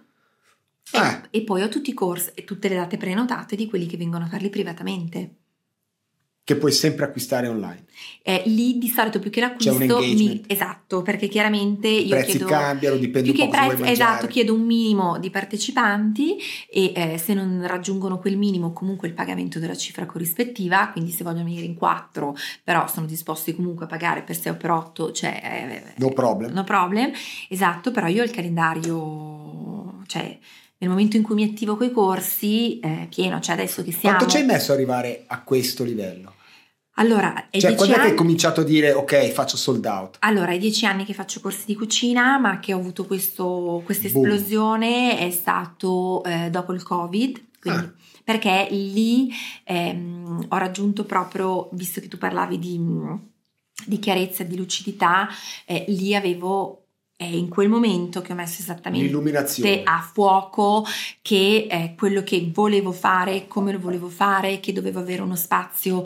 E poi ho tutti i corsi e tutte le date prenotate di quelli che vengono a farli privatamente.
Che puoi sempre acquistare online.
Lì di solito più che l'acquisto,
c'è un engagement.
Esatto, perché chiaramente
i prezzi cambiano, dipende un po' cosa vuoi mangiare.
Esatto, chiedo un minimo di partecipanti e se non raggiungono quel minimo comunque il pagamento della cifra corrispettiva, quindi se vogliono venire in 4 però sono disposti comunque a pagare per 6 o per 8, cioè
no problem,
esatto. Però io ho il calendario, cioè nel momento in cui mi attivo coi corsi è pieno, cioè adesso che siamo...
Quanto ci hai messo ad arrivare a questo livello?
Allora,
quando è che hai cominciato a dire ok, faccio sold out?
Allora, è 10 anni che faccio corsi di cucina, ma che ho avuto questa esplosione è stato dopo il Covid, quindi, perché lì ho raggiunto proprio, visto che tu parlavi di chiarezza, di lucidità, lì avevo... È in quel momento che ho messo esattamente
l'illuminazione
a fuoco che è quello che volevo fare, come lo volevo fare, che dovevo avere uno spazio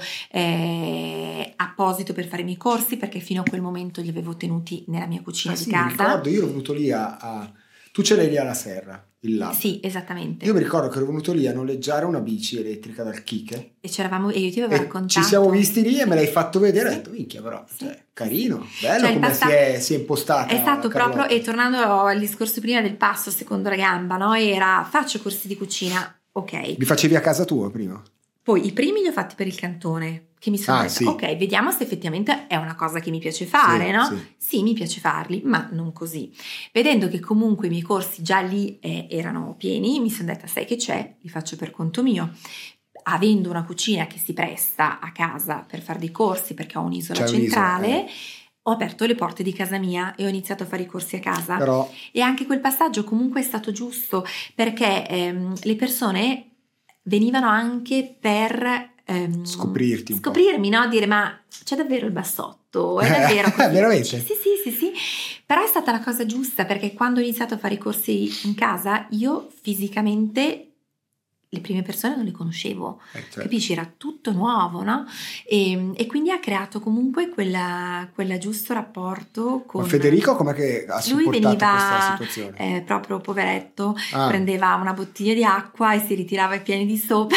apposito per fare i miei corsi, perché fino a quel momento li avevo tenuti nella mia cucina di casa.
Mi ricordo, io ero venuto lì tu ce l'hai lì alla Serra, il lab.
Sì, esattamente.
Io mi ricordo che ero venuto lì a noleggiare una bici elettrica dal Kike.
E io ti avevo raccontato.
Ci siamo visti lì e me l'hai fatto vedere, ho detto minchia però, carino, bello, cioè, come si è impostata.
È stato proprio, e tornando al discorso prima del passo secondo la gamba, no? Era faccio corsi di cucina, ok.
Li facevi a casa tua prima?
Poi i primi li ho fatti per il cantone, che mi sono detta, ok, vediamo se effettivamente è una cosa che mi piace fare, no? Sì, mi piace farli, ma non così. Vedendo che comunque i miei corsi già lì erano pieni, mi sono detta, sai che c'è? Li faccio per conto mio. Avendo una cucina che si presta a casa per fare dei corsi, perché ho un'isola centrale, ho aperto le porte di casa mia e ho iniziato a fare i corsi a casa. E anche quel passaggio comunque è stato giusto, perché le persone venivano anche per scoprirmi, no? Dire ma c'è davvero il bassotto? È davvero così?
Veramente?
Sì. Però è stata la cosa giusta, perché quando ho iniziato a fare i corsi in casa io fisicamente le prime persone non le conoscevo, capisci? Era tutto nuovo, no? E quindi ha creato comunque quella giusto rapporto con...
Ma Federico com'è che ha supportato questa situazione?
Proprio poveretto, prendeva una bottiglia di acqua e si ritirava i piani di sopra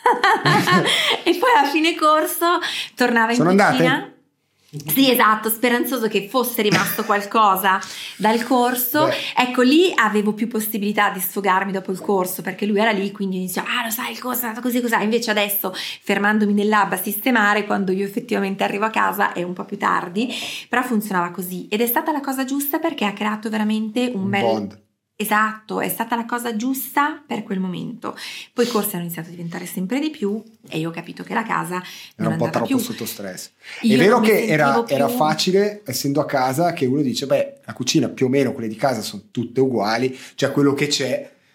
e poi a fine corso tornava in cucina.
Andate?
Sì, esatto, speranzoso che fosse rimasto qualcosa dal corso. Ecco, lì avevo più possibilità di sfogarmi dopo il corso, perché lui era lì, quindi iniziò, lo sai, il corso è andato così. Invece adesso, fermandomi nel lab a sistemare, quando io effettivamente arrivo a casa è un po' più tardi, però funzionava così ed è stata la cosa giusta, perché ha creato veramente un bel
bond.
Esatto, è stata la cosa giusta per quel momento. Poi i corsi hanno iniziato a diventare sempre di più e io ho capito che la casa
era un po' troppo sotto stress. È vero che era facile, essendo a casa, che uno dice la cucina più o meno, quelle di casa sono tutte uguali, cioè quello che c'è,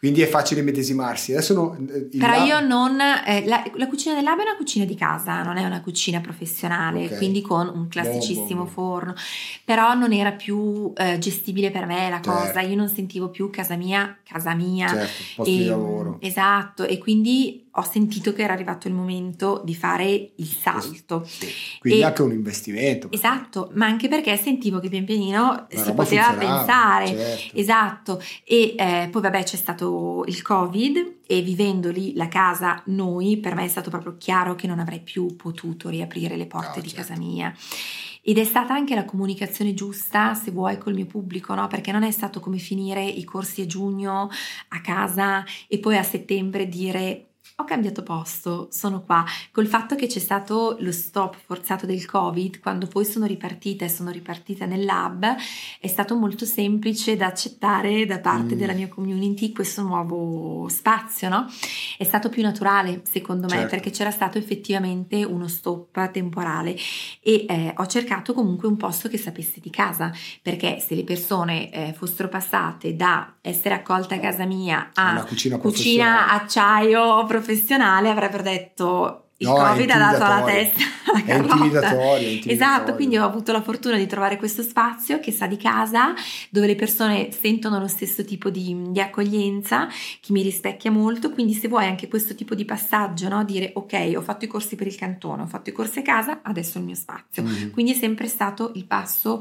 Quindi è facile medesimarsi. Adesso
però io non la cucina del lab è una cucina di casa, non è una cucina professionale,
okay.
Quindi con un classicissimo forno, però non era più gestibile per me la cosa, io non sentivo più casa mia,
certo, posto di lavoro.
Esatto, e quindi ho sentito che era arrivato il momento di fare il salto.
Sì. Quindi anche un investimento.
Esatto, ma anche perché sentivo che pian pianino si poteva pensare.
Certo.
Esatto, e poi vabbè c'è stato il Covid e vivendo lì la casa per me è stato proprio chiaro che non avrei più potuto riaprire le porte di casa mia. Ed è stata anche la comunicazione giusta, se vuoi, col mio pubblico, no? Perché non è stato come finire i corsi a giugno a casa e poi a settembre dire ho cambiato posto, sono qua. Col fatto che c'è stato lo stop forzato del Covid, quando poi sono ripartita nel lab, è stato molto semplice da accettare da parte della mia community questo nuovo spazio, no? È stato più naturale, secondo me, perché c'era stato effettivamente uno stop temporale e ho cercato comunque un posto che sapesse di casa, perché se le persone fossero passate da essere accolte a casa mia a
una cucina
acciaio professionale, avrebbero detto il Covid ha dato alla testa alla
è intimidatorio.
Esatto, quindi ho avuto la fortuna di trovare questo spazio che sa di casa, dove le persone sentono lo stesso tipo di accoglienza, che mi rispecchia molto, quindi se vuoi anche questo tipo di passaggio, no? Dire ok, ho fatto i corsi per il cantone, ho fatto i corsi a casa, adesso è il mio spazio. Quindi è sempre stato il passo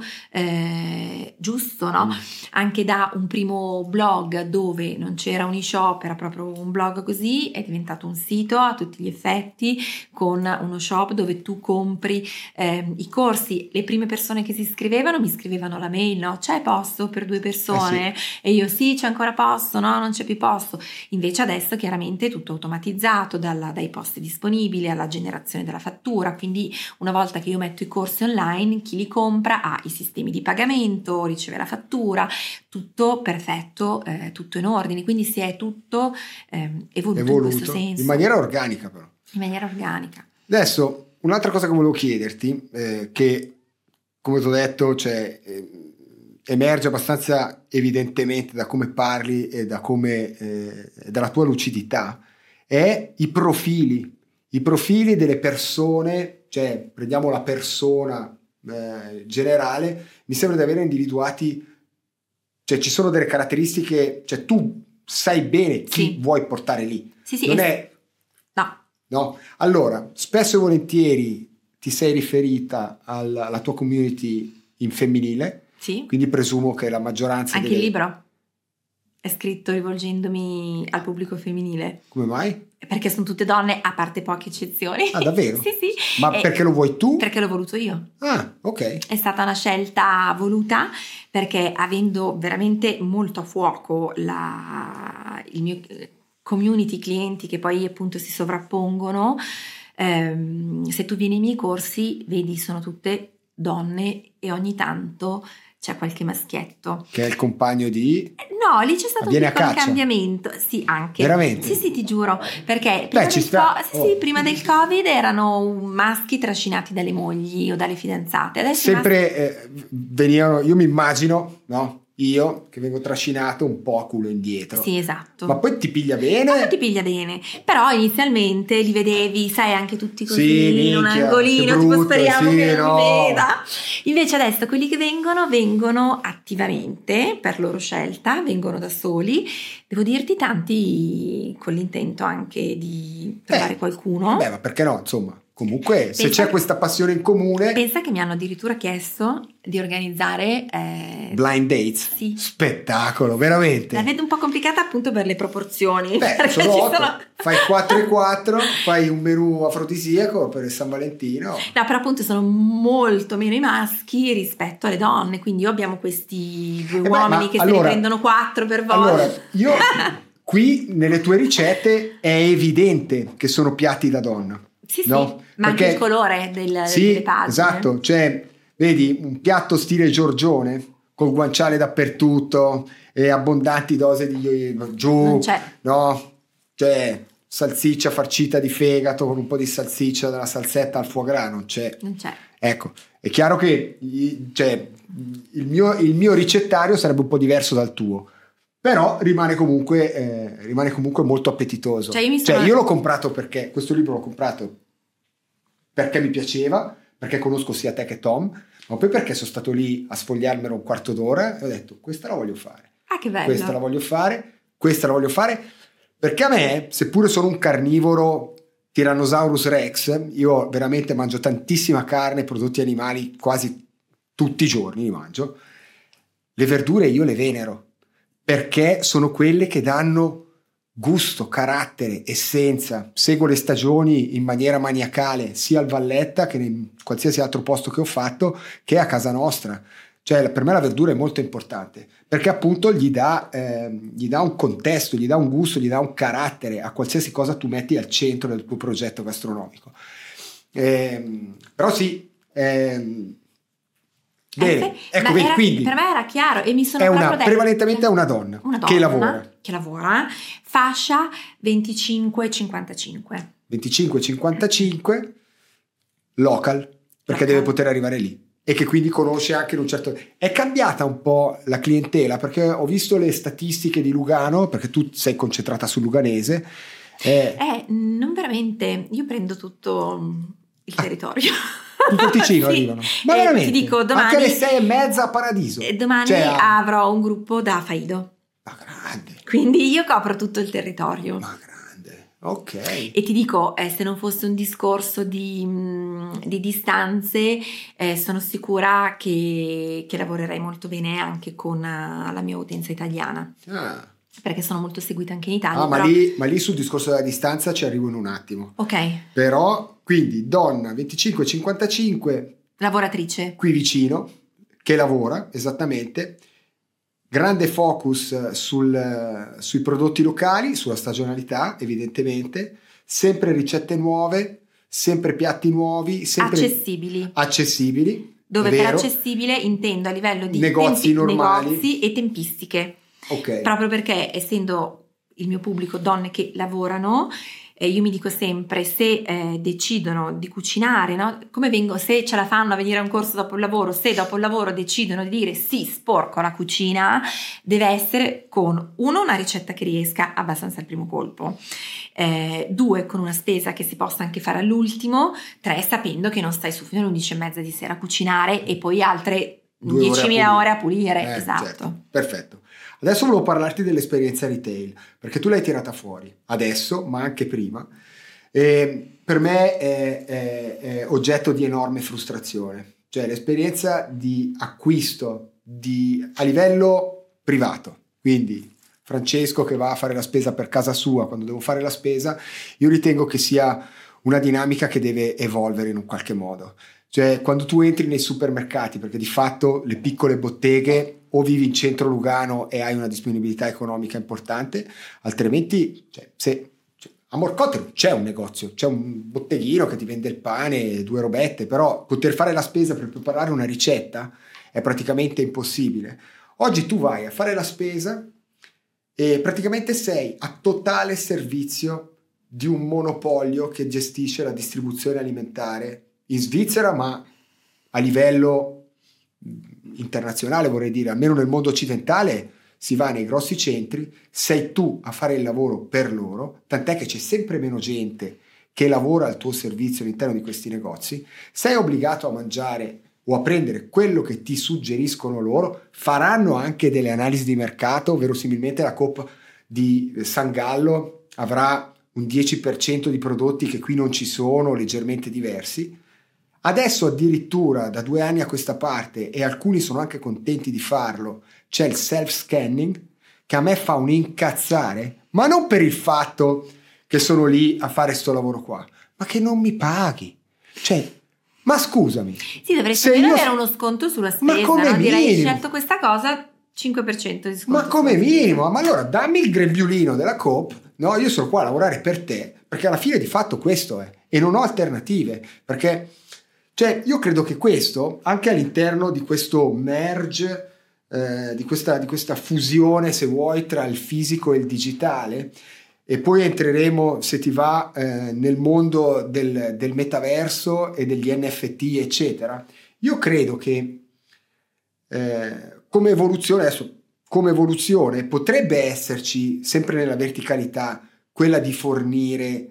giusto, no? Anche da un primo blog dove non c'era un e-shop, era proprio un blog così, è diventato un sito a tutti gli effetti, con uno shop dove tu compri i corsi. Le prime persone che si iscrivevano mi scrivevano la mail, no? C'è posto per 2 persone?
Sì.
E io sì, c'è ancora posto, no, non c'è più posto. Invece adesso chiaramente è tutto automatizzato, dai posti disponibili alla generazione della fattura, quindi una volta che io metto i corsi online, chi li compra ha i sistemi di pagamento, riceve la fattura, tutto perfetto, tutto in ordine, quindi si è tutto evoluto in questo senso.
In maniera organica però.
In maniera organica.
Adesso, un'altra cosa che volevo chiederti, che come ti ho detto, emerge abbastanza evidentemente da come parli e dalla tua lucidità, è i profili delle persone, cioè prendiamo la persona generale, mi sembra di aver individuati, cioè ci sono delle caratteristiche, cioè tu sai bene chi vuoi portare lì.
Sì,
non è... No, allora, spesso e volentieri ti sei riferita alla tua community in femminile, quindi presumo che la maggioranza
anche il libro è scritto rivolgendomi al pubblico femminile.
Come mai?
Perché sono tutte donne, a parte poche eccezioni.
Ah, davvero?
Sì.
Ma perché lo vuoi tu?
Perché l'ho voluto io.
Ah, ok.
È stata una scelta voluta, perché avendo veramente molto a fuoco il mio community clienti che poi appunto si sovrappongono, se tu vieni ai miei corsi vedi sono tutte donne e ogni tanto c'è qualche maschietto
che è il compagno di...
No, lì c'è stato un piccolo cambiamento. Sì, anche.
Veramente?
Sì, ti giuro. Perché prima del Covid erano maschi trascinati dalle mogli o dalle fidanzate. Adesso
sempre venivano, io mi immagino, no? Io che vengo trascinato un po' a culo indietro.
Sì, esatto.
Ma poi ti piglia bene?
Ma ti piglia bene. Però inizialmente li vedevi, sai, anche tutti così in un angolino, tipo speriamo che non mi veda. Invece adesso quelli che vengono attivamente per loro scelta, vengono da soli. Devo dirti tanti con l'intento anche di trovare qualcuno.
Beh, ma perché no, insomma. Comunque, se c'è questa passione in comune...
Pensa che mi hanno addirittura chiesto di organizzare...
blind dates?
Sì.
Spettacolo, veramente.
La vedo un po' complicata appunto per le proporzioni.
Beh, sono 8. Fai 4 e 4, fai un menù afrodisiaco per il San Valentino.
No, però appunto sono molto meno i maschi rispetto alle donne, quindi abbiamo questi 2 uomini che se ne prendono 4 per volta.
Allora, io qui nelle tue ricette è evidente che sono piatti da donna.
Sì, no? Ma anche il colore delle pagine.
Esatto, cioè vedi un piatto stile Giorgione col guanciale dappertutto e abbondanti dose di giù,
non c'è.
No? Cioè salsiccia farcita di fegato con un po' di salsiccia della salsetta al foie gras, non c'è. Ecco, è chiaro che il mio ricettario sarebbe un po' diverso dal tuo, però rimane comunque molto appetitoso. Cioè io l'ho comprato perché questo libro l'ho comprato perché mi piaceva, perché conosco sia te che Tom, ma poi perché sono stato lì a sfogliarmelo un quarto d'ora e ho detto questa la voglio fare.
Ah, che bello.
Questa la voglio fare, perché a me, seppure sono un carnivoro Tyrannosaurus Rex, io veramente mangio tantissima carne, prodotti animali, quasi tutti i giorni li mangio. Le verdure io le venero, perché sono quelle che danno gusto, carattere, essenza. Seguo le stagioni in maniera maniacale, sia al Valletta che in qualsiasi altro posto che ho fatto, che a casa nostra. Cioè, per me la verdura è molto importante, perché appunto gli dà un contesto, gli dà un gusto, gli dà un carattere a qualsiasi cosa tu metti al centro del tuo progetto gastronomico. Però sì, bene, ecco, quindi
per me era chiaro e mi sono
prevalentemente è una donna che lavora,
fascia 25-55
local, perché deve poter arrivare lì e che quindi conosce anche in un certo... È cambiata un po' la clientela, perché ho visto le statistiche di Lugano, perché tu sei concentrata sul luganese.
Non veramente, io prendo tutto il territorio.
Tutto il Ticino arrivano. Ma veramente?
Ti dico, domani,
anche alle 6:30 a Paradiso.
Domani avrò un gruppo da Faido.
Ma grande.
Quindi io copro tutto il territorio.
Ma grande. Ok.
E ti dico, se non fosse un discorso di distanze, sono sicura che lavorerei molto bene anche con la mia utenza italiana. Perché sono molto seguita anche in Italia.
Ma lì sul discorso della distanza ci arrivo in un attimo.
Ok.
Però, quindi, donna 25-55.
Lavoratrice.
Qui vicino, che lavora, esattamente. Grande focus sui prodotti locali, sulla stagionalità, evidentemente. Sempre ricette nuove, sempre piatti nuovi. Sempre accessibili.
Dove per accessibile intendo a livello di
negozi normali.
Negozi e tempistiche.
Okay.
Proprio perché, essendo il mio pubblico donne che lavorano, io mi dico sempre, se decidono di cucinare, no? Se ce la fanno a venire a un corso dopo il lavoro, se dopo il lavoro decidono di dire sì, sporco la cucina, deve essere con una ricetta che riesca abbastanza al primo colpo, 2 con una spesa che si possa anche fare all'ultimo, 3 sapendo che non stai su fino alle 11:30 di sera a cucinare e poi altre 10.000 ore a pulire. Esatto.
Certo. Perfetto. Adesso volevo parlarti dell'esperienza retail, perché tu l'hai tirata fuori adesso, ma anche prima. Per me è oggetto di enorme frustrazione, cioè l'esperienza di acquisto a livello privato. Quindi Francesco che va a fare la spesa per casa sua, quando devo fare la spesa, io ritengo che sia una dinamica che deve evolvere in un qualche modo. Cioè, quando tu entri nei supermercati, perché di fatto le piccole botteghe o vivi in centro Lugano e hai una disponibilità economica importante, altrimenti a Morcote c'è un negozio, c'è un botteghino che ti vende il pane, 2 robette, però poter fare la spesa per preparare una ricetta è praticamente impossibile. Oggi tu vai a fare la spesa e praticamente sei a totale servizio di un monopolio che gestisce la distribuzione alimentare in Svizzera, ma a livello internazionale, vorrei dire, almeno nel mondo occidentale si va nei grossi centri, sei tu a fare il lavoro per loro, tant'è che c'è sempre meno gente che lavora al tuo servizio all'interno di questi negozi, sei obbligato a mangiare o a prendere quello che ti suggeriscono loro, faranno anche delle analisi di mercato, verosimilmente la Coop di San Gallo avrà un 10% di prodotti che qui non ci sono, leggermente diversi. Adesso addirittura da 2 anni a questa parte, e alcuni sono anche contenti di farlo, c'è il self-scanning che a me fa un incazzare, ma non per il fatto che sono lì a fare sto lavoro qua, ma che non mi paghi. Cioè, ma scusami.
Sì, dovresti avere uno sconto sulla spesa,
ma come
no? Direi, hai
minimo.
scelto questa cosa, 5% di sconto.
Ma come minimo, ma allora dammi il grembiulino della Coop, no? Io sono qua a lavorare per te, perché alla fine di fatto questo è, e non ho alternative, perché... Cioè, io credo che questo, anche all'interno di questo merge, di questa fusione, se vuoi, tra il fisico e il digitale, e poi entreremo, se ti va, nel mondo del metaverso e degli NFT, eccetera. Io credo che come evoluzione, adesso come evoluzione potrebbe esserci, sempre nella verticalità, quella di fornire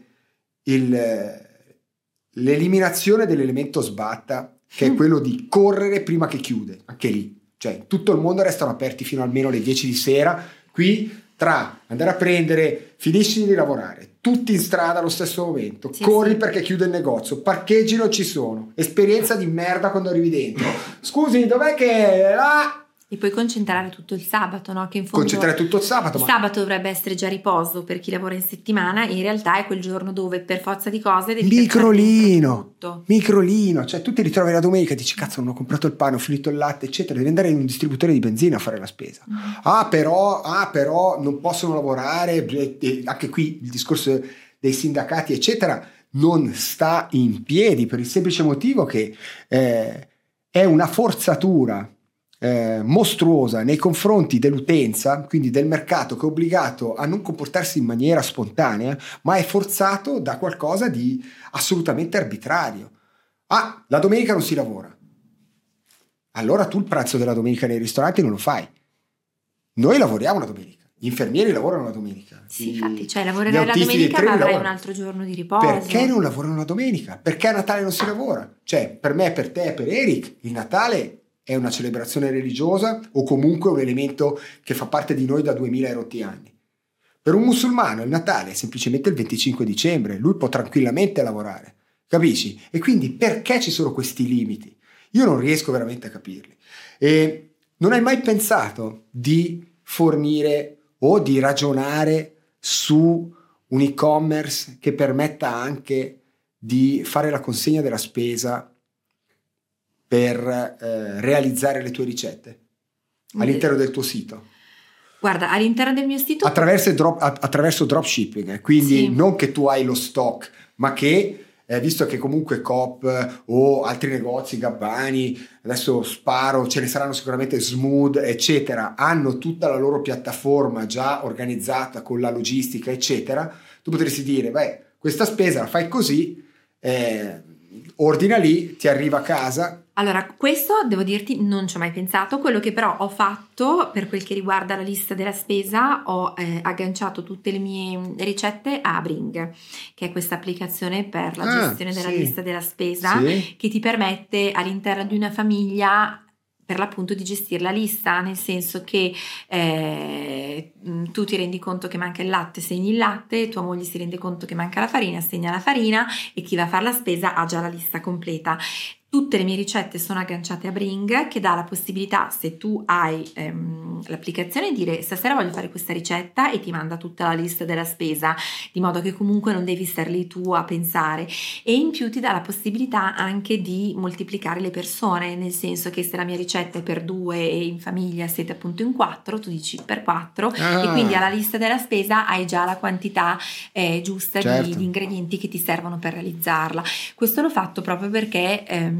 l'eliminazione dell'elemento sbatta, che è quello di correre prima che chiude, anche lì. Cioè, tutto il mondo restano aperti fino almeno alle 10 di sera, qui tra andare a prendere, finisci di lavorare, tutti in strada allo stesso momento, corri perché chiude il negozio, parcheggi non ci sono, esperienza di merda quando arrivi dentro. Scusi, dov'è che...
E poi concentrare tutto il sabato, no? Che in fondo
concentrare tutto il sabato.
Sabato dovrebbe essere già riposo per chi lavora in settimana, e in realtà è quel giorno dove per forza di cose devi
microlino, cioè tu ti ritrovi la domenica e dici cazzo non ho comprato il pane, ho finito il latte eccetera, devi andare in un distributore di benzina a fare la spesa. Però non possono lavorare, anche qui il discorso dei sindacati eccetera non sta in piedi per il semplice motivo che è una forzatura mostruosa nei confronti dell'utenza, quindi del mercato, che è obbligato a non comportarsi in maniera spontanea, ma è forzato da qualcosa di assolutamente arbitrario. La domenica non si lavora, allora tu il pranzo della domenica nei ristoranti non lo fai. Noi lavoriamo la domenica, gli infermieri lavorano la domenica.
Sì, infatti, cioè lavorerai la domenica ma avrai un altro giorno di riposo.
Perché non lavorano la domenica? Perché a Natale non si lavora? Cioè, per me, per te, per Eric, il Natale è una celebrazione religiosa o comunque un elemento che fa parte di noi da 2000 e rotti anni. Per un musulmano il Natale è semplicemente il 25 dicembre, lui può tranquillamente lavorare, capisci? E quindi perché ci sono questi limiti? Io non riesco veramente a capirli. E non hai mai pensato di fornire o di ragionare su un e-commerce che permetta anche di fare la consegna della spesa per realizzare le tue ricette all'interno del tuo sito?
Guarda, all'interno del mio sito
attraverso dropshipping, quindi non che tu hai lo stock, ma che visto che comunque Coop o altri negozi, Gabbani, adesso sparo, ce ne saranno sicuramente, Smooth eccetera, hanno tutta la loro piattaforma già organizzata con la logistica eccetera, tu potresti dire questa spesa la fai così, ordina lì, ti arriva a casa.
Allora, questo devo dirti non ci ho mai pensato. Quello che però ho fatto per quel che riguarda la lista della spesa, ho agganciato tutte le mie ricette a Bring, che è questa applicazione per la gestione della lista della spesa, che ti permette all'interno di una famiglia per l'appunto di gestire la lista, nel senso che tu ti rendi conto che manca il latte, segni il latte, tua moglie si rende conto che manca la farina, segna la farina, e chi va a fare la spesa ha già la lista completa. Tutte le mie ricette sono agganciate a Bring, che dà la possibilità, se tu hai l'applicazione, di dire stasera voglio fare questa ricetta, e ti manda tutta la lista della spesa, di modo che comunque non devi star lì tu a pensare. E in più ti dà la possibilità anche di moltiplicare le persone, nel senso che se la mia ricetta è per 2 e in famiglia siete appunto in 4, tu dici per 4 e quindi alla lista della spesa hai già la quantità giusta di ingredienti che ti servono per realizzarla. Questo l'ho fatto proprio perché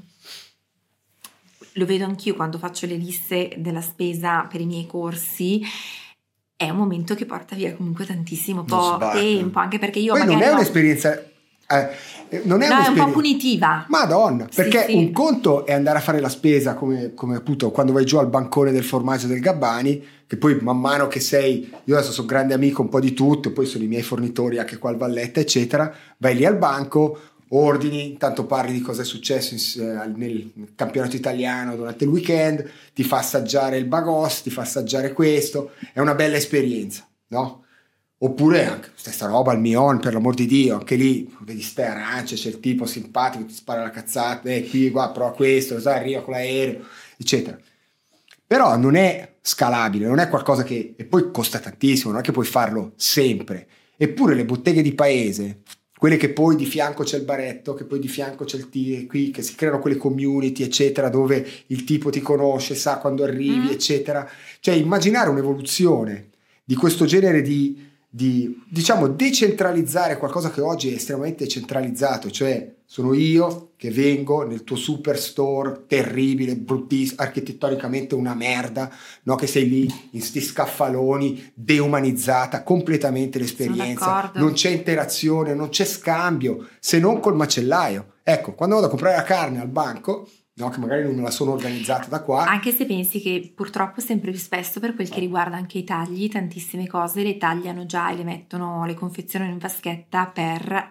lo vedo anch'io quando faccio le liste della spesa per i miei corsi, è un momento che porta via comunque tantissimo tempo, anche perché io
non è un'esperienza non è
è un po' punitiva,
Madonna, perché un conto è andare a fare la spesa come appunto quando vai giù al bancone del formaggio del Gabbani, che poi man mano che io adesso sono grande amico un po' di tutto, poi sono i miei fornitori anche qua al Valletta eccetera, vai lì al banco, ordini, intanto parli di cosa è successo nel campionato italiano durante il weekend, ti fa assaggiare il bagos, ti fa assaggiare questo, è una bella esperienza, no? Oppure anche stessa roba al Mion, per l'amor di Dio, anche lì vedi ste arance, c'è il tipo simpatico, ti spara la cazzata, qui, qua, prova questo, arriva con l'aereo, eccetera. Però non è scalabile, non è qualcosa che... e poi costa tantissimo, non è che puoi farlo sempre. Eppure le botteghe di paese, quelle che poi di fianco c'è il baretto, che poi di fianco c'è il qui, che si creano quelle community, eccetera, dove il tipo ti conosce, sa quando arrivi, eccetera. Cioè immaginare un'evoluzione di questo genere di diciamo decentralizzare qualcosa che oggi è estremamente centralizzato, cioè sono io che vengo nel tuo superstore terribile, bruttissimo, architettonicamente una merda, no? Che sei lì in sti scaffaloni, deumanizzata completamente l'esperienza, non c'è interazione, non c'è scambio se non col macellaio. Ecco, quando vado a comprare la carne al banco, no? Che magari non me la sono organizzata da qua.
Anche se pensi che purtroppo sempre più spesso, per quel che riguarda anche i tagli, tantissime cose le tagliano già e le mettono, le confezionano in vaschetta per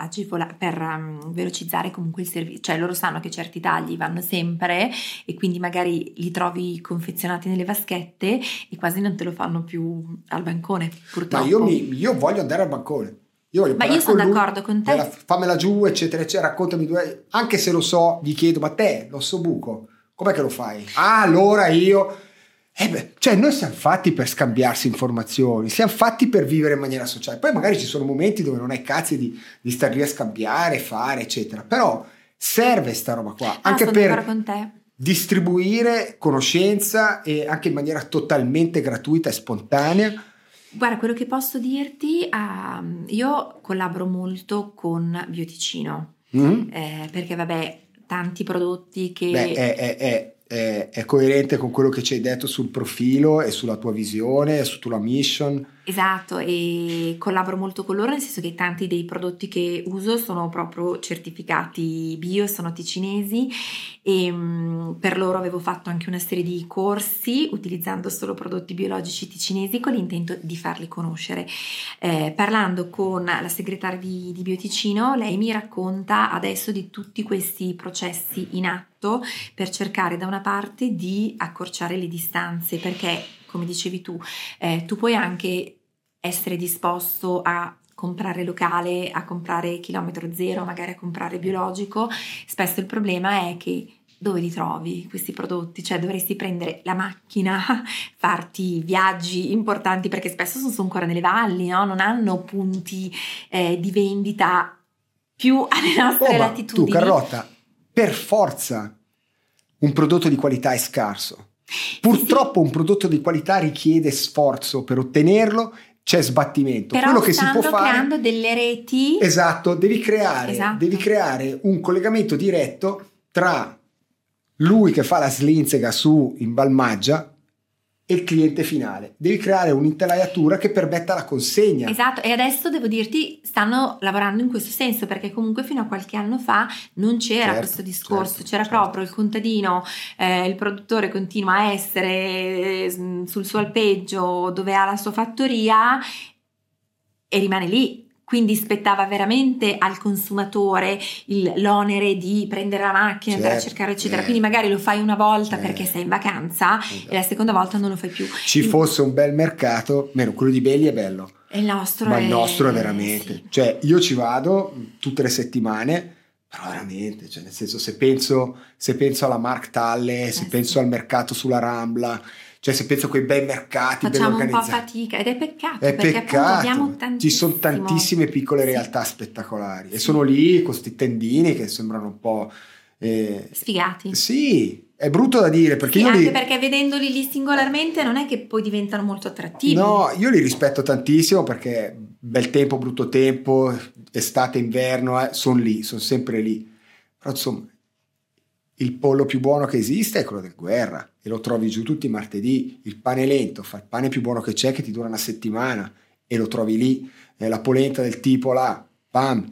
velocizzare comunque il servizio. Cioè loro sanno che certi tagli vanno sempre e quindi magari li trovi confezionati nelle vaschette e quasi non te lo fanno più al bancone, purtroppo.
Ma io voglio andare al bancone.
Ma io sono d'accordo con te.
Fammela giù, eccetera, eccetera, raccontami due. Anche se lo so, gli chiedo, ma te, l'osso buco, com'è che lo fai? Ah, allora io... cioè noi siamo fatti per scambiarsi informazioni, siamo fatti per vivere in maniera sociale. Poi magari ci sono momenti dove non hai cazzi di star lì a scambiare, fare, eccetera. Però serve sta roba qua, anche per
con te.
Distribuire conoscenza e anche in maniera totalmente gratuita e spontanea.
Guarda, quello che posso dirti, io collaboro molto con Bioticino, perché vabbè, tanti prodotti che...
È coerente con quello che ci hai detto sul profilo e sulla tua visione e sulla mission.
Esatto, e collaboro molto con loro, nel senso che tanti dei prodotti che uso sono proprio certificati bio, sono ticinesi, e per loro avevo fatto anche una serie di corsi utilizzando solo prodotti biologici ticinesi con l'intento di farli conoscere. Parlando con la segretaria di Bioticino, lei mi racconta adesso di tutti questi processi in atto per cercare da una parte di accorciare le distanze, perché come dicevi tu puoi anche essere disposto a comprare locale, a comprare chilometro zero, magari a comprare biologico. Spesso il problema è che dove li trovi questi prodotti? Cioè dovresti prendere la macchina, farti viaggi importanti, perché spesso sono ancora nelle valli, no? Non hanno punti di vendita più alle nostre latitudini.
Tu, Carlotta, per forza un prodotto di qualità è scarso. Purtroppo un prodotto di qualità richiede sforzo per ottenerlo, c'è sbattimento.
Però
quello che si può fare,
creando delle reti.
Esatto, devi creare un collegamento diretto tra lui che fa la slinzega su in Balmaggia e il cliente finale. Devi creare un'intelaiatura che permetta la consegna.
Esatto, e adesso devo dirti stanno lavorando in questo senso, perché comunque fino a qualche anno fa non c'era questo discorso, c'era proprio il contadino, il produttore continua a essere sul suo alpeggio dove ha la sua fattoria e rimane lì. Quindi spettava veramente al consumatore l'onere di prendere la macchina, andare a cercare eccetera. Quindi magari lo fai una volta perché sei in vacanza e la seconda volta non lo fai più.
Fosse un bel mercato, meno quello di Belli è bello.
Il nostro
è veramente. Sì. Cioè io ci vado tutte le settimane, però veramente, cioè nel senso se penso alla Marktalle, se penso al mercato sulla Rambla, cioè se penso a quei bei mercati
facciamo ben organizzati, un po' fatica ed è peccato perché abbiamo
ci sono tantissime piccole realtà spettacolari e sono lì con questi tendini che sembrano un po'
sfigati.
Sì, è brutto da dire perché
anche perché vedendoli lì singolarmente non è che poi diventano molto attrattivi.
No, io li rispetto tantissimo perché bel tempo, brutto tempo, estate, inverno, sono lì, sono sempre lì, però insomma il pollo più buono che esiste è quello del Guerra e lo trovi giù tutti i martedì. Il pane lento fa il pane più buono che c'è, che ti dura una settimana e lo trovi lì. La polenta del tipo là, pam,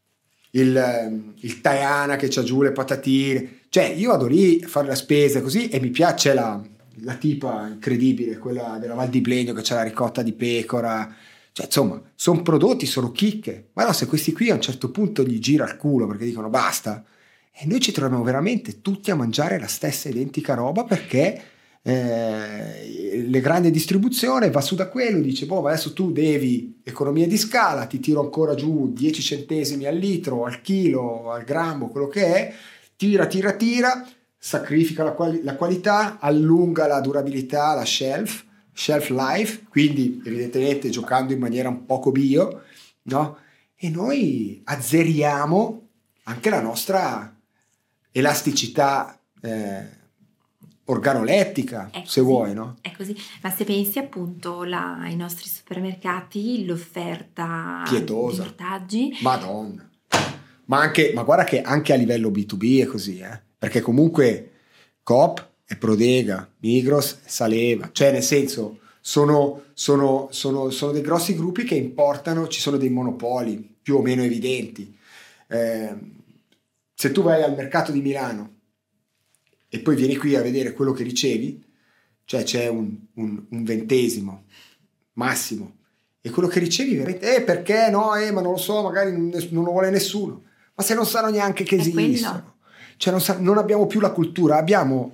il Taiana che c'ha giù le patatine. Cioè io vado lì a fare la spesa così e mi piace la tipa incredibile, quella della Val di Blegno che c'ha la ricotta di pecora. Cioè insomma sono prodotti, sono chicche, ma no, se questi qui a un certo punto gli gira il culo perché dicono basta. E noi ci troviamo veramente tutti a mangiare la stessa identica roba perché le grandi distribuzione va su da quello, dice adesso tu devi economia di scala, ti tiro ancora giù 10 centesimi al litro, al chilo, al grammo, quello che è, tira, sacrifica la qualità, allunga la durabilità, la shelf life, quindi evidentemente giocando in maniera un poco bio, no? E noi azzeriamo anche la nostra elasticità organolettica, se vuoi, no?
È così, ma se pensi appunto ai nostri supermercati, l'offerta
pietosa
di ortaggi,
Madonna, ma guarda che anche a livello B2B è così, perché comunque Coop è Prodega, Migros è Saleva, cioè nel senso sono dei grossi gruppi che importano, ci sono dei monopoli più o meno evidenti. Se tu vai al mercato di Milano e poi vieni qui a vedere quello che ricevi, cioè c'è un ventesimo massimo, e quello che ricevi veramente, perché no, ma non lo so, magari non lo vuole nessuno, ma se non sanno neanche che esistono, cioè non abbiamo più la cultura, abbiamo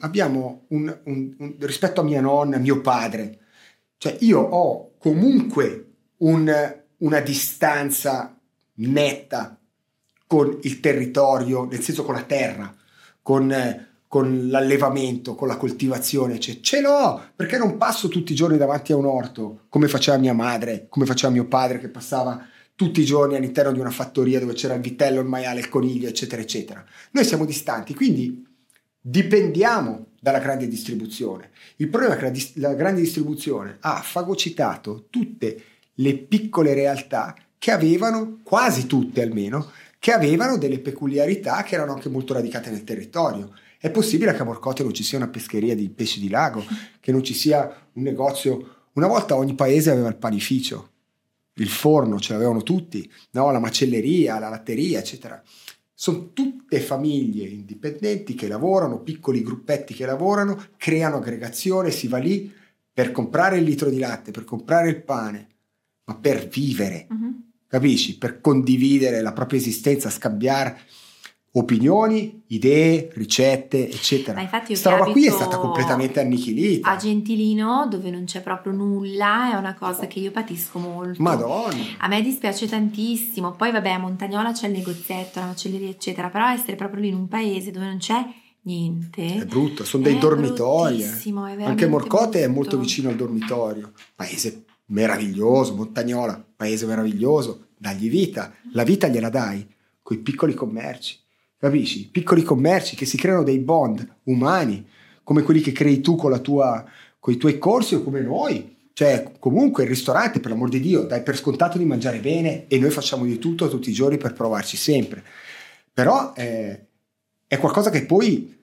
rispetto a mia nonna, mio padre, cioè io ho comunque una distanza netta con il territorio, nel senso con la terra, con l'allevamento, con la coltivazione, cioè, ce l'ho, perché non passo tutti i giorni davanti a un orto, come faceva mia madre, come faceva mio padre, che passava tutti i giorni all'interno di una fattoria dove c'era il vitello, il maiale, il coniglio, eccetera, eccetera. Noi siamo distanti, quindi dipendiamo dalla grande distribuzione. Il problema è che la grande distribuzione ha fagocitato tutte le piccole realtà che avevano, quasi tutte almeno, che avevano delle peculiarità che erano anche molto radicate nel territorio. È possibile che a Morcote non ci sia una pescheria di pesci di lago, che non ci sia un negozio. Una volta ogni paese aveva il panificio, il forno ce l'avevano tutti, no? La macelleria, la latteria, eccetera. Sono tutte famiglie indipendenti che lavorano, piccoli gruppetti che lavorano, creano aggregazione, si va lì per comprare il litro di latte, per comprare il pane, ma per vivere, capisci? Per condividere la propria esistenza, scambiare opinioni, idee, ricette, eccetera.
Ma infatti io
questa roba qui è stata completamente annichilita.
A Gentilino, dove non c'è proprio nulla, è una cosa che io patisco molto.
Madonna!
A me dispiace tantissimo. Poi vabbè, a Montagnola c'è il negozietto, la macelleria, eccetera, però essere proprio lì in un paese dove non c'è niente
è brutto, sono dei dormitori. Anche Morcote è molto vicino al dormitorio. Paese meraviglioso, Montagnola, paese meraviglioso, dagli vita. La vita gliela dai coi piccoli commerci. Capisci? Piccoli commerci che si creano dei bond umani, come quelli che crei tu con i tuoi corsi o come noi. Cioè, comunque il ristorante, per l'amor di Dio, dai per scontato di mangiare bene e noi facciamo di tutto tutti i giorni per provarci sempre. Però è qualcosa che poi,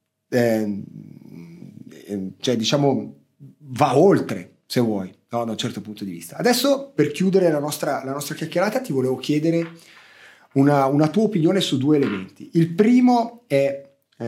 cioè, diciamo, va oltre, se vuoi, no? Da un certo punto di vista. Adesso, per chiudere la nostra chiacchierata, ti volevo chiedere una tua opinione su due elementi. Il primo è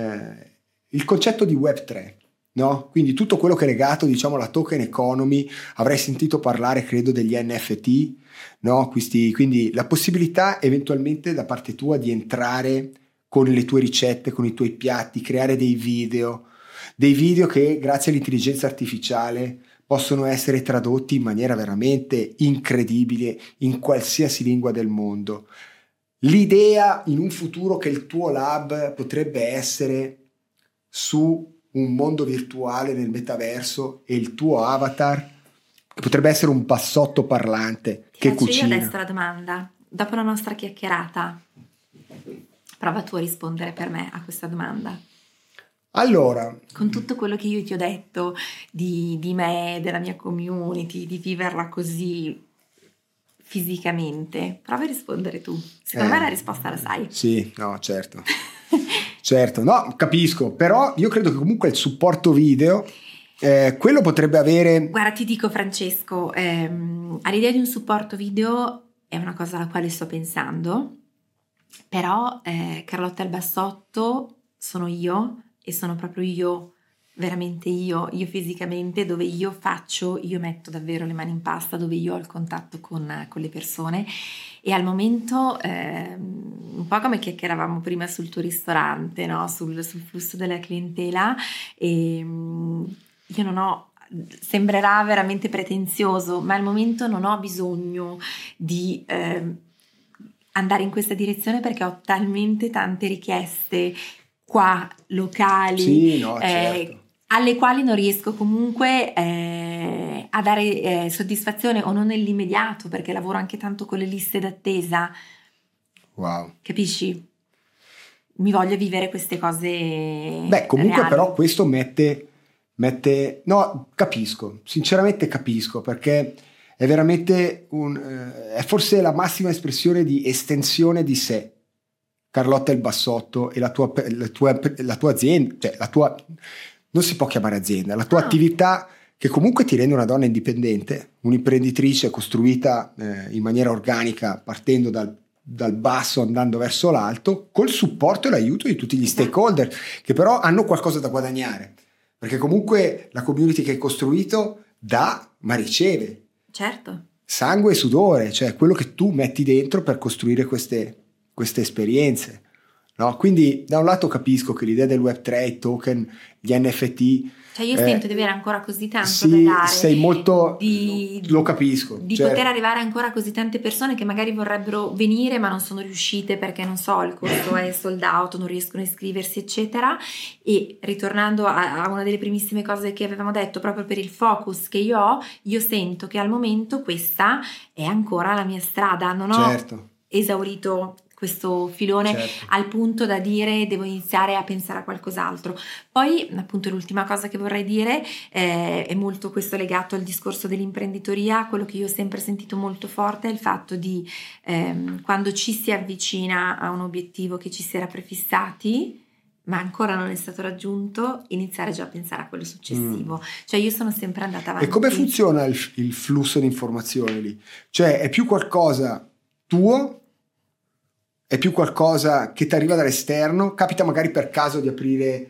il concetto di Web3, no? Quindi tutto quello che è legato, diciamo, alla token economy. Avrai sentito parlare, credo, degli NFT, no? Quindi la possibilità eventualmente da parte tua di entrare con le tue ricette, con i tuoi piatti, creare dei video che grazie all'intelligenza artificiale possono essere tradotti in maniera veramente incredibile in qualsiasi lingua del mondo. L'idea in un futuro che il tuo lab potrebbe essere su un mondo virtuale nel metaverso e il tuo avatar che potrebbe essere un bassotto parlante che cucina.
Io adesso la domanda, dopo la nostra chiacchierata, prova tu a rispondere per me a questa domanda.
Allora,
con tutto quello che io ti ho detto di me, della mia community, di viverla così fisicamente, prova a rispondere tu. Secondo me la risposta la sai.
Sì, no, certo. Certo, no, capisco, però io credo che comunque il supporto video, quello potrebbe avere...
Guarda, ti dico Francesco, all'idea di un supporto video è una cosa alla quale sto pensando, però Carlotta il Bassotto sono io e sono proprio io, veramente io fisicamente, dove io metto davvero le mani in pasta, dove io ho il contatto con le persone. E al momento, un po' come chiacchieravamo prima sul tuo ristorante, no? sul flusso della clientela, e io non ho, sembrerà veramente pretenzioso, ma al momento non ho bisogno di andare in questa direzione, perché ho talmente tante richieste qua locali,
sì, no, certo,
alle quali non riesco comunque a dare soddisfazione, o non nell'immediato, perché lavoro anche tanto con le liste d'attesa.
Wow.
Capisci? Mi voglio vivere queste cose.
Beh, comunque
reali.
Però questo mette no, capisco, sinceramente capisco, perché è veramente è forse la massima espressione di estensione di sé. Carlotta il Bassotto e la tua azienda, cioè non si può chiamare azienda, la tua attività, che comunque ti rende una donna indipendente, un'imprenditrice costruita in maniera organica, partendo dal basso andando verso l'alto, col supporto e l'aiuto di tutti gli stakeholder, che però hanno qualcosa da guadagnare, perché comunque la community che hai costruito dà ma riceve.
Certo.
Sangue e sudore, cioè quello che tu metti dentro per costruire queste esperienze, no? Quindi da un lato capisco che l'idea del Web3, i token, gli NFT,
cioè io sento di avere ancora così tanto
sì,
da dare,
sei molto, lo capisco,
di poter arrivare ancora a così tante persone che magari vorrebbero venire ma non sono riuscite perché non so, il corso è sold out, non riescono a iscriversi eccetera. E ritornando a una delle primissime cose che avevamo detto, proprio per il focus che io sento che al momento questa è ancora la mia strada, non ho esaurito questo filone al punto da dire devo iniziare a pensare a qualcos'altro. Poi appunto l'ultima cosa che vorrei dire è molto questo legato al discorso dell'imprenditoria. Quello che io ho sempre sentito molto forte è il fatto di quando ci si avvicina a un obiettivo che ci si era prefissati ma ancora non è stato raggiunto, iniziare già a pensare a quello successivo. Cioè io sono sempre andata avanti.
E come funziona il flusso di informazioni lì? Cioè è più qualcosa tuo? È più qualcosa che ti arriva dall'esterno? Capita magari per caso di aprire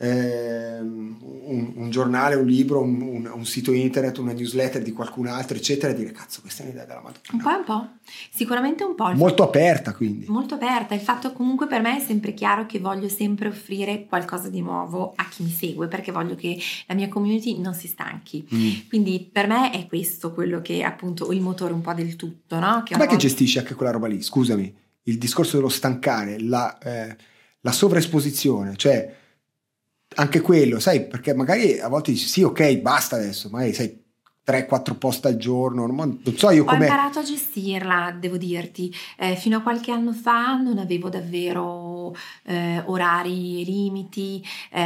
un giornale, un libro, un sito internet, una newsletter di qualcun altro, eccetera, e dire cazzo, questa è un'idea della Madonna.
Un po', sicuramente un po'.
Molto aperta, quindi.
Molto aperta. Il fatto comunque per me è sempre chiaro che voglio sempre offrire qualcosa di nuovo a chi mi segue, perché voglio che la mia community non si stanchi. Quindi per me è questo quello che appunto il motore un po' del tutto, no?
Com'è che gestisci anche quella roba lì? Scusami. Il discorso dello stancare, la sovraesposizione, cioè anche quello, sai, perché magari a volte dici sì, ok, basta adesso, magari sai 3-4 post al giorno, non so io come.
Ho imparato a gestirla, devo dirti. Fino a qualche anno fa non avevo davvero orari e limiti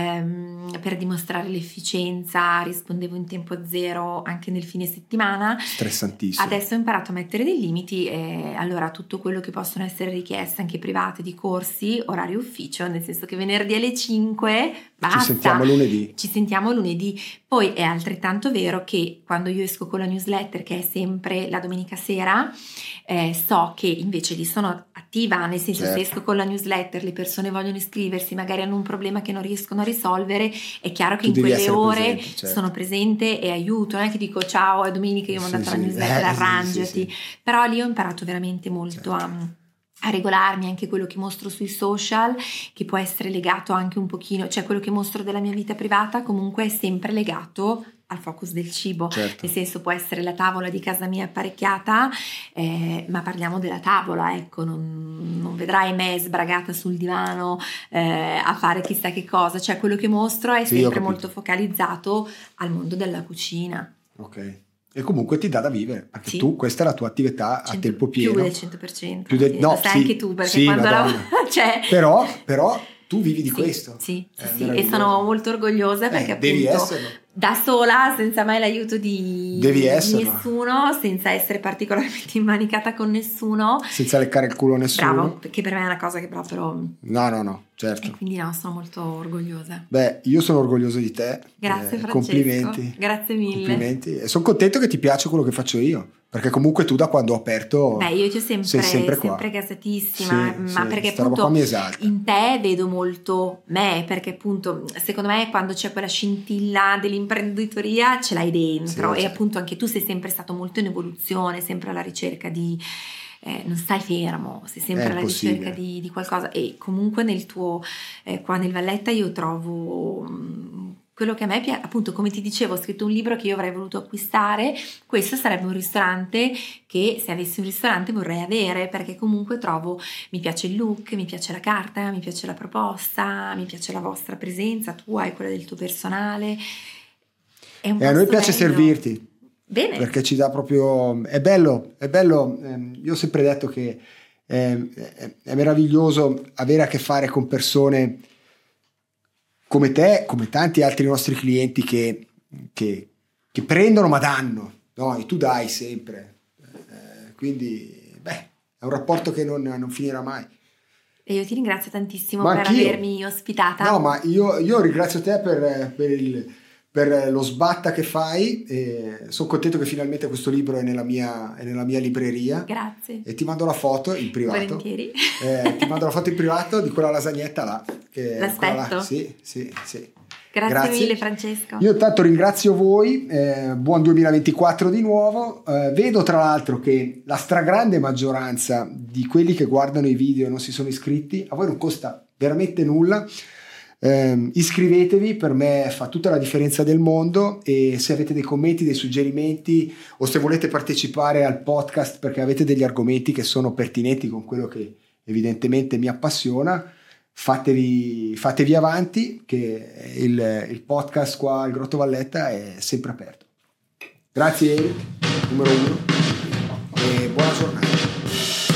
per dimostrare l'efficienza, rispondevo in tempo zero anche nel fine settimana.
Stressantissimo.
Adesso ho imparato a mettere dei limiti e allora tutto quello che possono essere richieste anche private di corsi, orario ufficio, nel senso che venerdì alle 5 basta.
Ci sentiamo lunedì.
Ci sentiamo lunedì. Poi è altrettanto vero che quando io esco con la newsletter, che è sempre la domenica sera, so che invece lì sono attiva, nel senso se esco con la newsletter, le persone vogliono iscriversi, magari hanno un problema che non riescono a risolvere, è chiaro che in quelle ore sono presente e aiuto, non è che dico ciao è domenica, io ho mandato la newsletter, arrangiati, però lì ho imparato veramente molto a regolarmi anche quello che mostro sui social, che può essere legato anche un pochino, cioè quello che mostro della mia vita privata comunque è sempre legato al focus del cibo, nel senso può essere la tavola di casa mia apparecchiata, ma parliamo della tavola, ecco, non vedrai me sbragata sul divano a fare chissà che cosa, cioè quello che mostro è sempre molto focalizzato al mondo della cucina.
Ok. E comunque ti dà da vivere, perché tu, questa è la tua attività a tempo pieno.
Più del 100%.
No,
lo sai anche tu, perché quando cioè...
però tu vivi di questo.
Sì, e sono molto orgogliosa perché
devi
appunto
esserlo.
Da sola, senza mai l'aiuto di nessuno, senza essere particolarmente immanicata con nessuno.
Senza leccare il culo a nessuno.
Bravo, perché per me è una cosa che proprio...
No, certo.
E quindi sono molto orgogliosa.
Beh, io sono orgoglioso di te.
Grazie Francesco.
Complimenti.
Grazie mille.
Complimenti. E sono contento che ti piace quello che faccio io. Perché comunque tu da quando ho aperto
io ti ho
sei sempre
gasatissima, ma perché appunto in te vedo molto me, perché appunto secondo me quando c'è quella scintilla dell'imprenditoria ce l'hai dentro e appunto anche tu sei sempre stato molto in evoluzione, sempre alla ricerca di non stai fermo, sei sempre alla ricerca di qualcosa e comunque nel tuo qua nel Valletta io trovo quello che a me piace, appunto come ti dicevo, ho scritto un libro che io avrei voluto acquistare, questo sarebbe un ristorante che se avessi un ristorante vorrei avere, perché comunque mi piace il look, mi piace la carta, mi piace la proposta, mi piace la vostra presenza, tua e quella del tuo personale.
E a noi piace servirti.
Bene.
Perché ci dà proprio... È bello. Io ho sempre detto che è meraviglioso avere a che fare con persone come te, come tanti altri nostri clienti che prendono ma danno, no? E tu dai sempre, quindi è un rapporto che non finirà mai.
E io ti ringrazio tantissimo per avermi ospitata.
No, ma io ringrazio te per lo sbatta che fai. Sono contento che finalmente questo libro è nella mia libreria.
Grazie.
E ti mando la foto in privato.
Volentieri.
Ti mando la foto in privato di quella lasagnetta là.
L'aspetto.
Là. Sì.
Grazie mille Francesco.
Io tanto ringrazio voi, buon 2024 di nuovo. Vedo tra l'altro che la stragrande maggioranza di quelli che guardano i video e non si sono iscritti, a voi non costa veramente nulla. Iscrivetevi, per me fa tutta la differenza del mondo, e se avete dei commenti, dei suggerimenti, o se volete partecipare al podcast perché avete degli argomenti che sono pertinenti con quello che evidentemente mi appassiona, fatevi avanti, che il podcast qua al Grotto Valletta è sempre aperto. Grazie Eric, numero 1, e buona giornata.